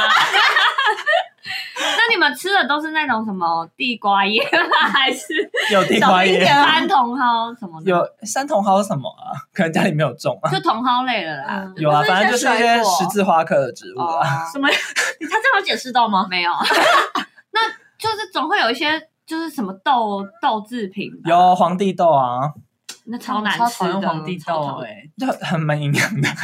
那你们吃的都是那种什么地瓜叶吗？还是有地瓜叶、 山茼蒿什么的？ 有山茼蒿什么啊？可能家里没有种啊。 就茼蒿类的啦。 嗯、 有啊，反正就是一些十字花科的植物啊。 哦、什么？他这样有解释到吗？ 没有。那就是总会有一些就是什么豆豆制品， 有皇帝豆啊。 那超难吃的皇帝豆哎、欸， 就很蛮营养的。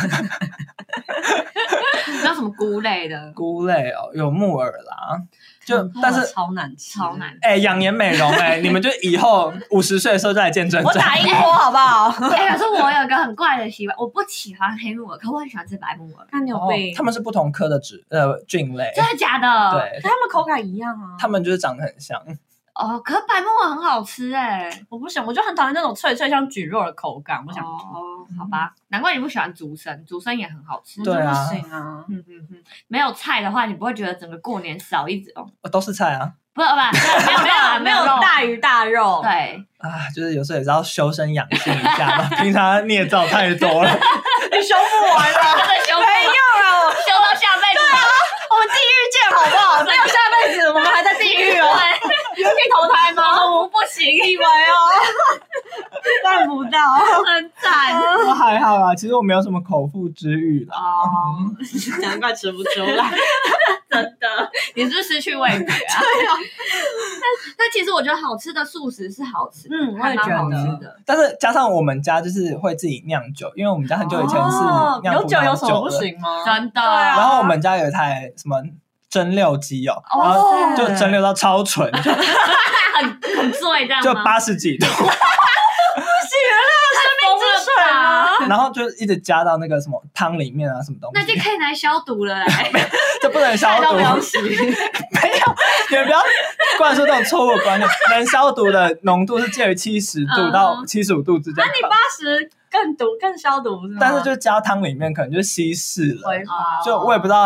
还有什么菇类的？ 菇类哦，有木耳啦，就、嗯、但是超难吃， 超难吃。 哎、欸，养颜美容哎、欸，你们就以后五十岁的时候再来见证。 我打一波好不好？ 哎、欸，可是我有一个很怪的习惯，我不喜欢黑木耳，可我很喜欢吃白木耳。 看你有病、 哦。他们是不同科的植呃菌类。 真的假的？ 对， 可他们口感一样啊。 他们就是长得很像。 哦，可是白木耳很好吃哎、欸， 我不行，我就很讨厌那种脆脆像蒟蒻的口感，不想。 哦，好吧，难怪你不喜欢竹笙，竹笙也很好吃。 对啊， 不行啊， 嗯嗯嗯，没有菜的话，你不会觉得整个过年少一种？ 都是菜啊， 不是不是，没有肉啊， 没有大鱼大肉。 对啊，就是有时候也是要修身养性一下嘛，平常孽障太多了， 你修不完了， 真的修不完， 没用了， 修到下辈子。 对啊，我们地狱见好不好？没有下辈子，我们还在地狱哦。你们可以投胎吗？ 我不行， 以为哦，办不到， 很惨。 我还好啊，其实我没有什么口腹之欲啦。 哦，难怪吃不出来， 真的，你是不是失去味觉啊？ 对啊。 但其实我觉得好吃的素食是好吃的， 嗯，我也觉得好吃的。 但是加上我们家就是会自己酿酒，因为我们家很久以前是酿葡萄酒的。 有酒有什么不行吗？ 真的。 然后我们家有一台什么蒸馏机哦， 然后就蒸馏到超纯，就很很醉这样吗？ 就八十几度。 不行了，生命之水啊！ 然后就一直加到那个什么汤里面啊，什么东西。 那就可以拿来消毒了哎。 这不能消毒。 没有洗。 没有，你们不要灌输这种错误的观念。能消毒的浓度是介于七十度到七十五度之间。 那你八十更毒更消毒是吗？ 但是就加汤里面可能就稀释了， 挥发。 就我也不知道它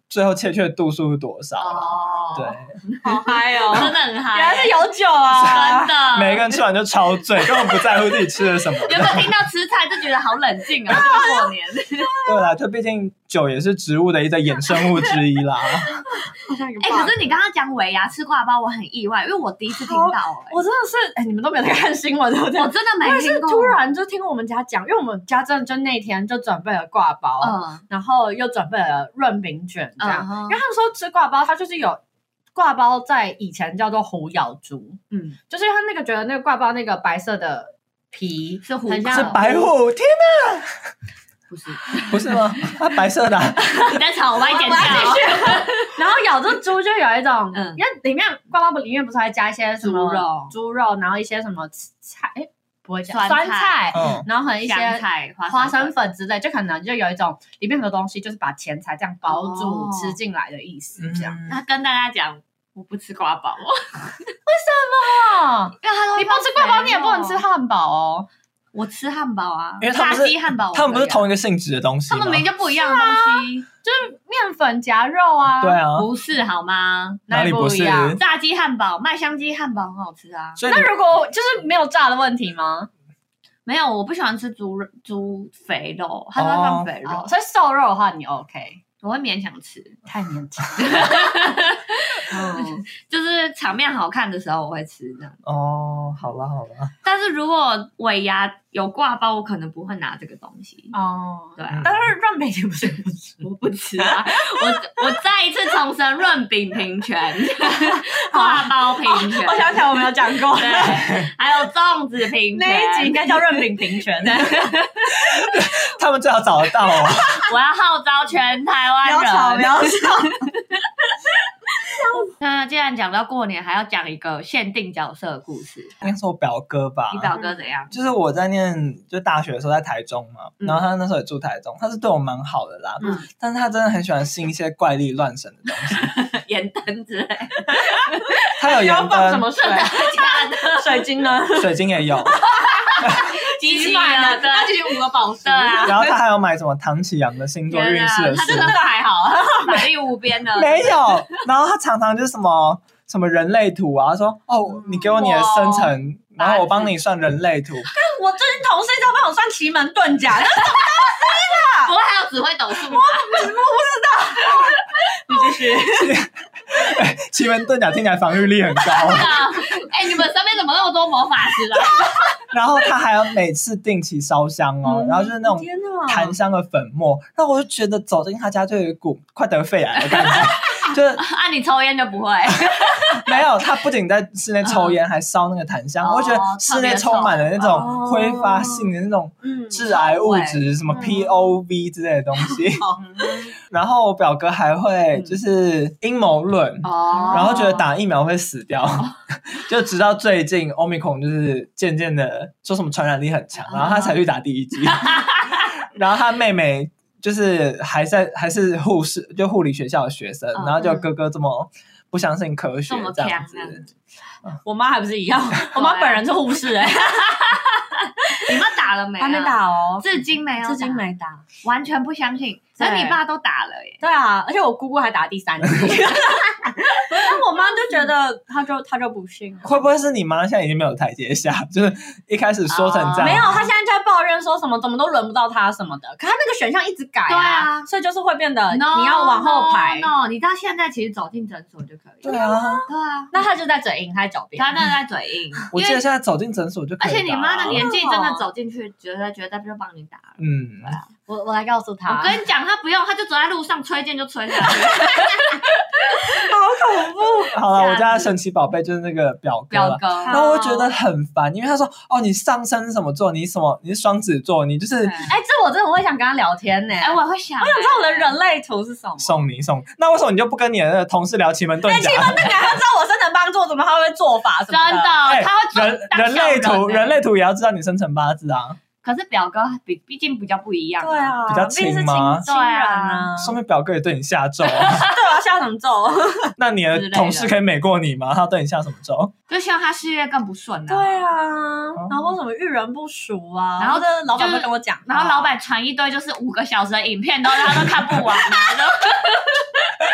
最后切确度数是多少。 哦， 对， 好嗨哦， 真的很嗨， 原来是有酒啊， 真的。 每个人吃完就超醉，根本不在乎自己吃了什么。 有没有听到吃菜就觉得好冷静啊？这个过年。 对啦，就毕竟酒也是植物的一个衍生物之一啦。 哎、欸，可是你刚刚讲尾牙吃挂包，我很意外，因为我第一次听到、欸。 我真的是，哎、欸，你们都没有在看新闻，对不对？ 我真的没听过。 我是突然就听我们家讲，因为我们家真的就那天就准备了挂包，嗯，然后又准备了润饼卷这样。嗯、因为他们说吃挂包，它就是有挂包在以前叫做虎咬猪，嗯，就是他那个觉得那个挂包那个白色的皮是虎， 很像是白虎，天哪！ 不是， 不是吗？它白色的、啊。 你在吵，我帮你剪掉。 然后咬着猪就有一种，嗯，因为里面挂包里面不是还加一些什么猪肉、 猪肉，然后一些什么菜，哎，不会讲酸菜， 嗯， 然后和一些菜、 花生粉之类，就可能就有一种里面的东西就是把前菜这样包住、哦、吃进来的意思，这样。 嗯、那跟大家讲，我不吃挂包， 为什么？ 因为他你不吃挂包，你也不能吃汉堡哦。 我吃汉堡啊， 因为他们是炸鸡汉堡， 他们不是同一个性质的东西吗？ 他们明明就不一样的东西， 啊、就是面粉夹肉啊。 对啊， 不是好吗？ 哪里不是？ 炸鸡汉堡、麦香鸡汉堡很好吃啊。 那如果就是没有炸的问题吗？ 没有，我不喜欢吃猪肉、猪肥肉，它都要放肥肉、 哦，所以瘦肉的话你 OK。 我会勉强吃， 太勉强。 嗯，就是场面好看的时候我会吃这样。 哦，好啦好啦。 但是如果尾牙有挂包，我可能不会拿这个东西。 哦， 对啊。 但是润饼你不是不吃？ 我不吃啊！我我再一次重申润饼平权，挂包平权、 哦。我想起来我没有讲过。 对，还有粽子平权。 那一集应该叫润饼平权。 他们最好找得到哦。 我要号召全台湾人。 不要吵，不要吵。 那既然讲到过年，还要讲一个限定角色的故事。 应该是我表哥吧？ 你表哥怎样？ 就是我在念就大学的时候在台中嘛，嗯、然后他那时候也住台中，他是对我蛮好的啦。嗯，但是他真的很喜欢信一些怪力乱神的东西， 盐灯之类。 他有盐灯， 什么水？ 假的？ 水晶呢？ 水晶也有。 机器买了， 他其实五个宝石啊。 然后他还有买什么唐启阳的星座运势的书， 他真的还好，法力无边的。 没有，然后他常常就什么什么人类图啊，他说哦，你给我你的生辰，然后我帮你算人类图。 我最近同事一直帮我算奇门遁甲，那什么东西啦？ 不会还有只会斗数吗？ 我不知道。你继续。 奇门遁甲听起来防御力很高。 哎、欸，你们身边怎么那么多魔法师啊？ 然后他还要每次定期烧香哦，嗯、然后就是那种檀香的粉末，然后我就觉得走进他家就有一股快得肺癌的感觉。就是啊，你抽烟就不会？ 没有，他不仅在室内抽烟，嗯、还烧那个檀香，哦、我觉得室内充满了那种挥发性的那种致癌物质，嗯、什么 P O V 之类的东西。嗯、然后我表哥还会就是阴谋论，嗯、然后觉得打疫苗会死掉，哦、就直到最近 Omicron 就是渐渐的说什么传染力很强，然后他才去打第一剂。然后他妹妹。就是还在还是护士，就护理学校的学生，哦、然后就哥哥这么不相信科学这样子。 我妈还不是一样，我妈本人是护士哎、欸。 你们打了没、啊？ 还没打哦， 至今没有， 至今没打， 完全不相信。所以你爸都打了耶？ 对啊，而且我姑姑还打第三剂。但我妈就觉得，她就她就不信。 会不会是你妈现在已经没有台阶下？就是一开始说成这样， 没有，她现在在抱怨说什么怎么都轮不到她什么的。可她那个选项一直改啊， 对啊， 所以就是会变得 no, 你要往后排。 No, no, 你到现在其实走进诊所就可以。 对啊， 对啊。 那她就在嘴硬，她在狡辩。 她那在嘴硬。 我记得现在走进诊所就可以打。 而且你妈的年纪真的走进去，觉得觉得就帮你打了。 嗯， 对啊。我我来告诉他， 我跟你讲，他不用，他就走在路上吹箭就吹下去， 好恐怖。 好了，我家的神奇宝贝就是那个表哥， 表哥， 然后我觉得很烦，因为他说哦，你上升是什么座？你什么？你是双子座，你就是，哎、 欸，这我真的会想跟他聊天呢、欸。 哎、欸，我会想、欸， 我想知道我的人类图是什么。 送你送，那为什么你就不跟你的那个同事聊奇门遁甲？ 欸、奇门遁甲，他知道我生辰八字做什么，他会做法什么的。 真的，欸、他会人人类图，人类图也要知道你生辰八字啊。 可是表哥比毕竟比较不一样、啊， 对啊， 比较亲吗？ 亲人啊， 说明表哥也对你下咒、啊， 对，我要下什么咒？ 那你的同事可以美过你吗？他对你下什么咒？ 就希望他事业更不顺啊。 对啊，然后什么遇人不淑啊，然后这老板会跟我讲， 然后老板传一堆就是五个小时的影片，都他都看不完啊。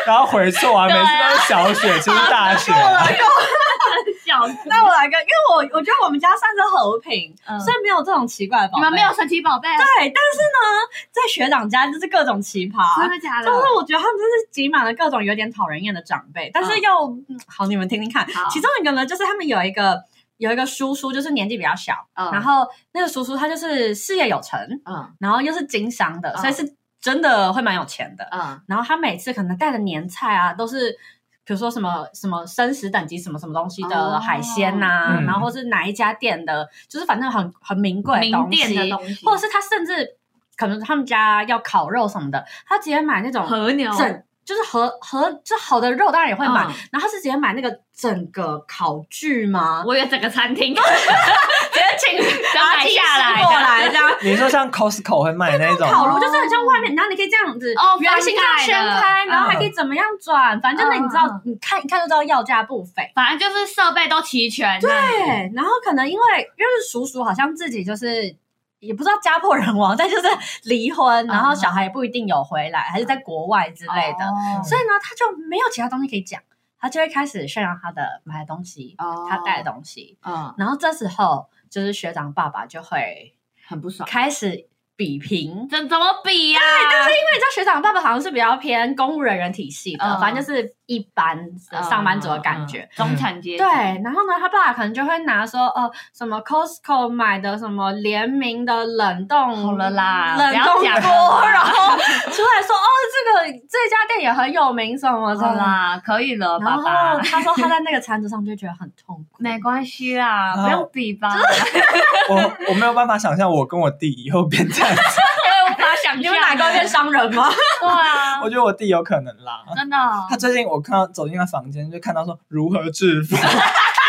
然后回错啊，每次都是小雪，其实大雪。 笑死！ 那我来个，因为我我觉得我们家算是和平，嗯、所以没有这种奇怪的宝贝。 你们没有神奇宝贝？ 对，但是呢，在学长家就是各种奇葩， 真的假的？ 就是我觉得他们真是挤满了各种有点讨人厌的长辈，但是又、嗯、好，你们听听看。其中一个呢，就是他们有一个有一个叔叔，就是年纪比较小，嗯、然后那个叔叔他就是事业有成，嗯，然后又是经商的，嗯、所以是真的会蛮有钱的，嗯，然后他每次可能带的年菜啊都是。比如说什么什么生食等级什么什么东西的海鲜呐、啊， oh, 然后或是哪一家店的，嗯、就是反正很很名贵的东西， 名店的东西， 或者是他甚至可能他们家要烤肉什么的，他直接买那种和牛， 整就是和和就好的肉当然也会买，嗯、然后他是直接买那个整个烤具吗？ 我以为整个餐厅。直接请拿下来过来这样。 你说像 Costco 会卖那种烤炉，就是很像外面，然后你可以这样子哦， 圆形这样掀开，然后还可以怎么样转，反正你知道，你看一看就知道要价不菲。 反正就是设备都齐全。 对，然后可能因为因为叔叔好像自己就是也不知道家破人亡，但就是离婚，然后小孩也不一定有回来，还是在国外之类的，所以呢，他就没有其他东西可以讲。他就会开始炫耀他的买的东西，哦、他带的东西，嗯，然后这时候就是学长爸爸就会很不爽， 开始比拼， 这怎么比呀、 啊？对，但是因为你知道学长爸爸好像是比较偏公务人员体系的，嗯、反正就是一般的上班族的感觉， 嗯嗯、中产阶级。 对，然后呢，他爸爸可能就会拿说，呃，什么 Costco 买的什么联名的冷冻， 好了啦， 冷冻锅，然后出来说，哦，这个这家店也很有名，什么的啦，可以了，爸爸。 然后他说他在那个餐桌上就觉得很痛苦， 没关系啦，不用比吧。 我我没有办法想象我跟我弟以后变这样子。 我也无法想象， 你们哪个变商人吗？ 对啊， 我觉得我弟有可能啦， 真的、哦。 他最近我看到走进他房间，就看到说如何致富，听起来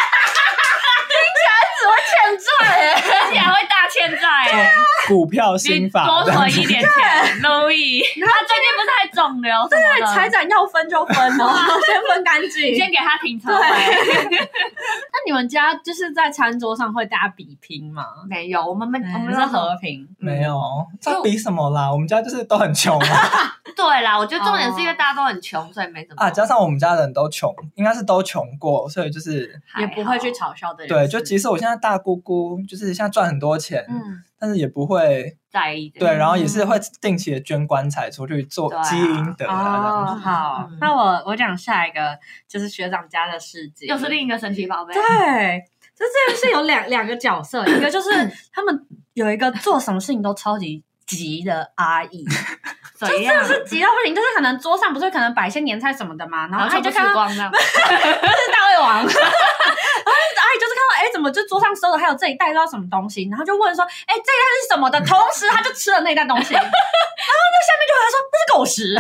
只会欠债耶， 听起来会大欠债耶。 股票心法， 多存一点钱 ，Louis。他最近不是还肿瘤什么的？ 对，财产要分就分哦，先分干净， 先给他停车位。 那你们家就是在餐桌上会大家比拼吗？ 没有，我们没，我们是和平， 没有。这比什么啦？我们家就是都很穷啊。 对啦，我觉得重点是因为大家都很穷，所以没什么啊。加上我们家人都穷，应该是都穷过，所以就是也不会去嘲笑的人。 对，就即使我现在大姑姑就是现在赚很多钱，嗯。但是也不会在意， 对，然后也是会定期的捐棺材出去做积阴德啊。 哦，好，嗯、那我我讲下一个就是学长家的事迹， 又是另一个神奇宝贝。 对，就这件事有两两个角色，一个就是他们有一个做什么事情都超级急的阿姨。就真的是急到不行，就是可能桌上不是可能摆一些年菜什么的嘛，然后阿姨就看到，是大胃王，然后阿姨就是看到，哎，怎么就桌上收的还有这一袋不知道什么东西，然后就问说，哎，这一袋是什么的？同时他就吃了那一袋东西，然后那下面就回来说那是狗食，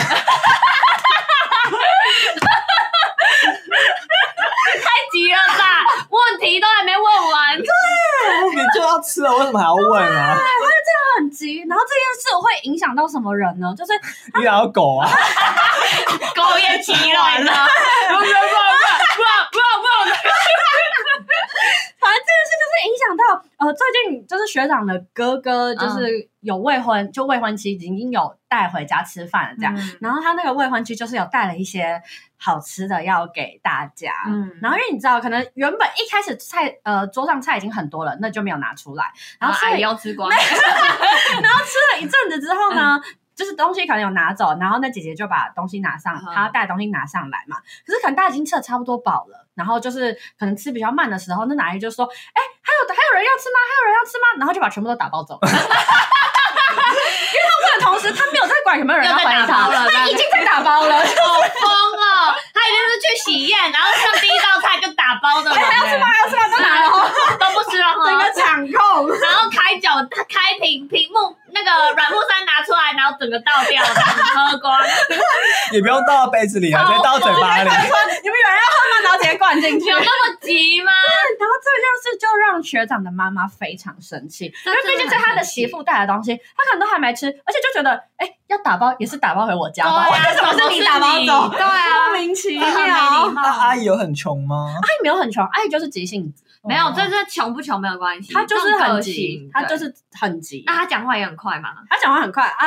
太急了吧？问题都还没问完， 对， 你就要吃了，为什么还要问啊？ 他就这样很急，然后这件事会影响到什么人呢？就是遇到狗啊， 狗也急了，你知道？ 反正这件事就是影响到呃，最近就是学长的哥哥，就是有未婚，嗯、就未婚妻已经有带回家吃饭了这样，嗯、然后他那个未婚妻就是有带了一些好吃的要给大家，嗯，然后因为你知道，可能原本一开始菜呃桌上菜已经很多了，那就没有拿出来，然后阿姨要吃光， 然后吃了一阵子之后呢。嗯就是东西可能有拿走，然后那姐姐就把东西拿上，嗯、她带的东西拿上来嘛。可是可能大家已经吃的差不多饱了，然后就是可能吃比较慢的时候，那阿姨就说：“哎、欸，还有还有人要吃吗？还有人要吃吗？”然后就把全部都打包走。因为他问的同时，他没有在管有没有人要回他，他已经在打包了， 好疯哦！他已经是去喜宴，然后上第一道菜就打包的， 还要吃吗？还要吃吗？都拿了， 都不吃了， 整个场控， 然后开酒开瓶屏幕。那个软木塞拿出来，然后整个倒掉，喝光， 也不用倒到杯子里啊，直接倒到嘴巴里。 你们有人要喝吗？然后直接灌进去， 有那么急吗？ 然后这件事就让学长的妈妈非常生气，因为毕竟是他的媳妇带的东西，他可能都还没吃，而且就觉得，哎，要打包也是打包回我家吧？为什么是你打包走？ 对啊， 莫名其妙。 那阿姨有很穷吗？ 阿姨没有很穷，阿姨就是急性子。 没有，这是穷不穷没有关系， 他就是很急，他就是很急。 那他讲话也很快吗？ 他讲话很快啊，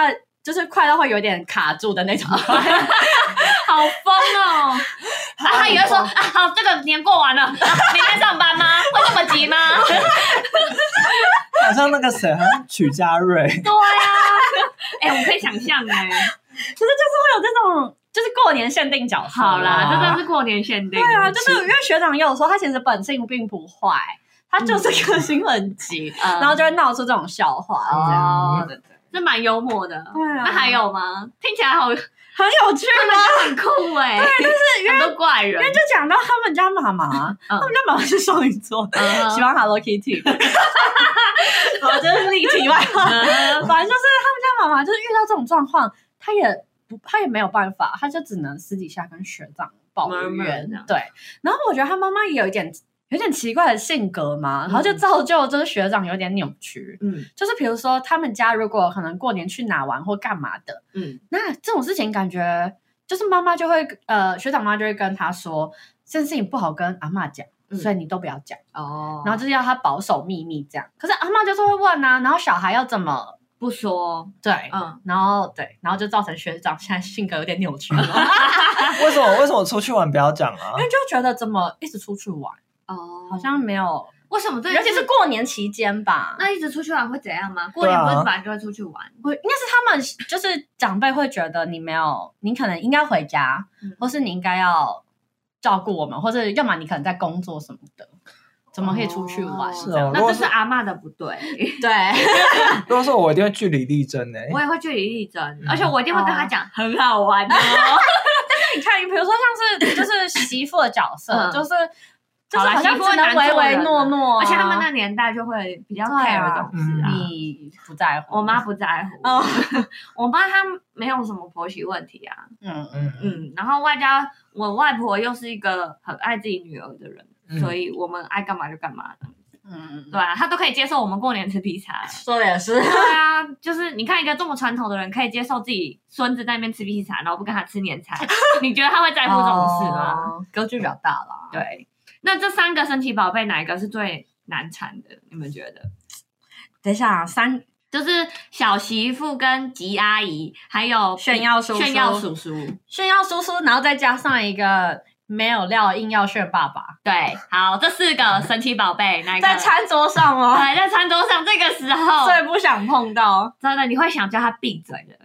就是快到会有点卡住的那种快， 好疯哦！啊，他也会说啊，好，这个年过完了，啊、明天上班吗？会这么急吗？ 好像那个谁，好像曲家瑞。 对呀、啊，哎、欸，我可以想象哎， 可是就是会有这种。就是过年限定角色， 好啦，这真的是过年限定。 对啊，就是因为学长也有说，他其实本性并不坏，他就是个性很急，嗯、然后就会闹出这种笑话。哦，对对对， 这蛮幽默的。 对啊， 那还有吗？听起来好很有趣吗？ 很酷哎、欸。 对，但是因为很多怪人， 因为就讲到他们家妈妈，嗯、他们家妈妈是双鱼座，嗯、喜欢 Hello Kitty。我这是立题外话，嗯、反正就是他们家妈妈就是遇到这种状况，他也。不，他也没有办法，他就只能私底下跟学长抱怨。对，然后我觉得他妈妈也有一点有点奇怪的性格嘛，嗯、然后就造就就是学长有点扭曲。嗯，就是比如说他们家如果可能过年去哪玩或干嘛的，嗯，那这种事情感觉就是妈妈就会呃学长妈就会跟他说，这件事情不好跟阿嬷讲。嗯、所以你都不要讲哦，然后就是要他保守秘密这样。可是阿嬷就是会问啊，然后小孩要怎么？ 不说， 对，嗯，然后对，然后就造成学长现在性格有点扭曲了。 为什么？为什么出去玩不要讲啊？ 因为就觉得怎么一直出去玩哦，好像没有为什么这？ 尤其是过年期间吧。 那一直出去玩会怎样吗？过年不是本来就会出去玩？ 会、啊，应该是他们就是长辈会觉得你没有，你可能应该回家，嗯、或是你应该要照顾我们，或者要么你可能在工作什么的。怎么可以出去玩？ 是哦， 那这是阿嬷的不对。 对， 如果说我一定会据理力争诶， 我也会据理力争，而且我一定会跟他讲很好玩哦。但是你看，比如说像是就是媳妇的角色，就是就是好像只能唯唯诺诺， 而且他们那年代就会比较 care 这种事啊。 你不在乎， 我妈不在乎。我妈她没有什么婆媳问题啊。嗯嗯嗯，然后外加我外婆又是一个很爱自己女儿的人。所以我们爱干嘛就干嘛的，嗯，对啊，他都可以接受我们过年吃披萨， 说的也是， 对啊，就是你看一个这么传统的人可以接受自己孙子在那边吃披萨，然后不跟他吃年菜，你觉得他会在乎这种事吗？ 哦、格局比较大啦。 对，那这三个神奇宝贝哪一个是最难缠的？你们觉得？ 等一下，三就是小媳妇跟吉阿姨，还有炫耀叔叔、 炫耀叔叔、 炫耀叔叔，然后再加上一个。没有料硬要炫爸爸， 对，好，这四个神奇宝贝，哪一个在餐桌上哦？ 对，在餐桌上，这个时候最不想碰到， 真的，你会想叫他闭嘴的，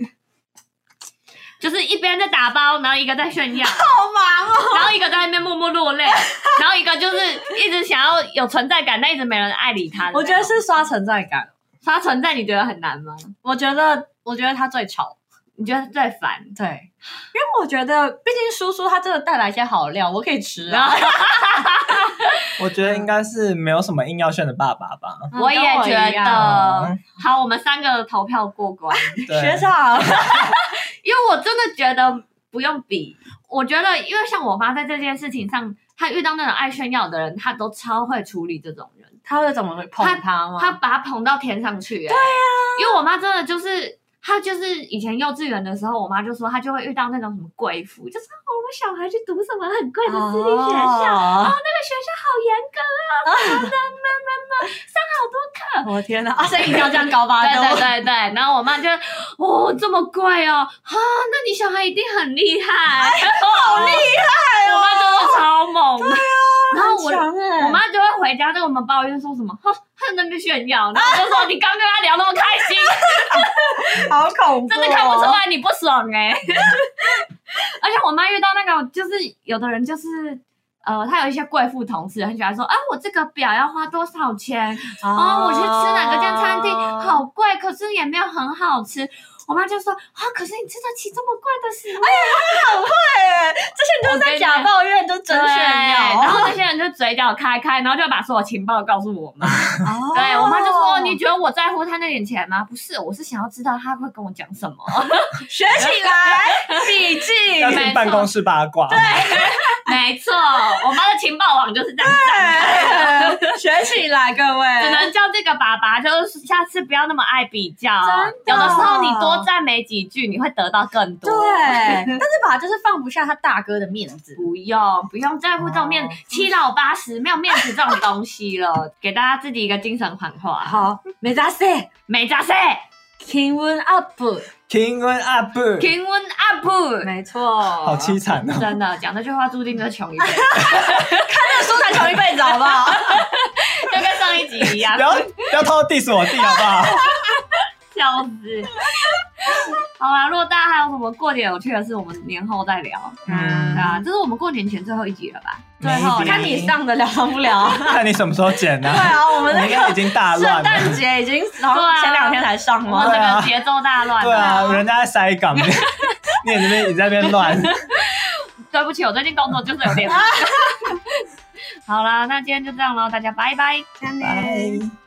就是一边在打包，然后一个在炫耀， 好忙哦， 然后一个在那边默默落泪，然后一个就是一直想要有存在感，但一直没人爱理他。 我觉得是刷存在感， 刷存在，你觉得很难吗？ 我觉得，我觉得他最吵。 你觉得最烦？ 对，因为我觉得，毕竟叔叔他真的带来一些好料，我可以吃啊。 我觉得应该是没有什么硬要炫的爸爸吧。 我也觉得。好，我们三个投票过关。 学长， 因为我真的觉得不用比。我觉得，因为像我妈在这件事情上，她遇到那种爱炫耀的人，她都超会处理这种人。 她会怎么会捧他吗？ 她把他捧到天上去、欸。对啊， 因为我妈真的就是。他就是以前幼稚园的时候，我妈就说她就会遇到那种什么贵妇，就说、哦、我们小孩去读什么很贵的私立学校，哦，哦那个学校好严格啊，什么的，妈妈妈上好多课。 我天哪，啊，所以一定要这样高八度。 对对对对，然后我妈就哦这么贵哦，啊，那你小孩一定很厉害， 哎、好厉害哦， 我妈真的超猛。 对啊。 然后我我妈就会回家跟我们抱怨说什么，哼，她在那边炫耀，然后我就说你刚跟她聊那么开心， 好恐怖、哦， 真的看不出来你不爽哎、欸。而且我妈遇到那个就是有的人就是呃，她有一些贵妇同事很喜欢说啊，我这个表要花多少钱哦，哦我去吃哪个间餐厅好贵，可是也没有很好吃。我妈就说啊，可是你吃得起这么贵的食物？ 哎呀，她很会哎，这些人都在假抱怨，就真炫耀。 然后那些人就嘴角开开，然后就把所有情报告诉我妈。哦、对我妈就说：“你觉得我在乎她那点钱吗？不是，我是想要知道她会跟我讲什么。” 学起来，笔记， 要听办公室八卦。 对，没错，我妈的情报网就是这样展开。学起来，各位， 只能叫这个爸爸，就是下次不要那么爱比较。有的时候你多。多赞美几句，你会得到更多。 对，但是爸就是放不下他大哥的面子。 不用，不用在乎这种面子，七老八十没有面子这种东西了。给大家自己一个精神喊话。 好，没杂事， 没杂事， King One Up，King One Up，King One Up， 没错， 好凄惨哦！ 真的讲这句话注定就是穷一辈子， 看这书才穷一辈子，好不好？ 就跟上一集一样， 不要不要偷偷 diss 我弟，好不好？ 笑死！好啦，如果大家还有什么过年有趣的事，我们年后再聊。嗯，对啊，这是我们过年前最后一集了吧？最后看你上得了上不了， 看你什么时候剪呢？ 对啊，我们那个已经大乱了， 圣诞节已经，然后前两天才上吗？ 我们这个节奏大乱。 对啊，人家在塞港，你你这边你在那边乱。 对不起，我最近工作就是有点忙。好啦，那今天就这样咯，大家拜拜， 拜。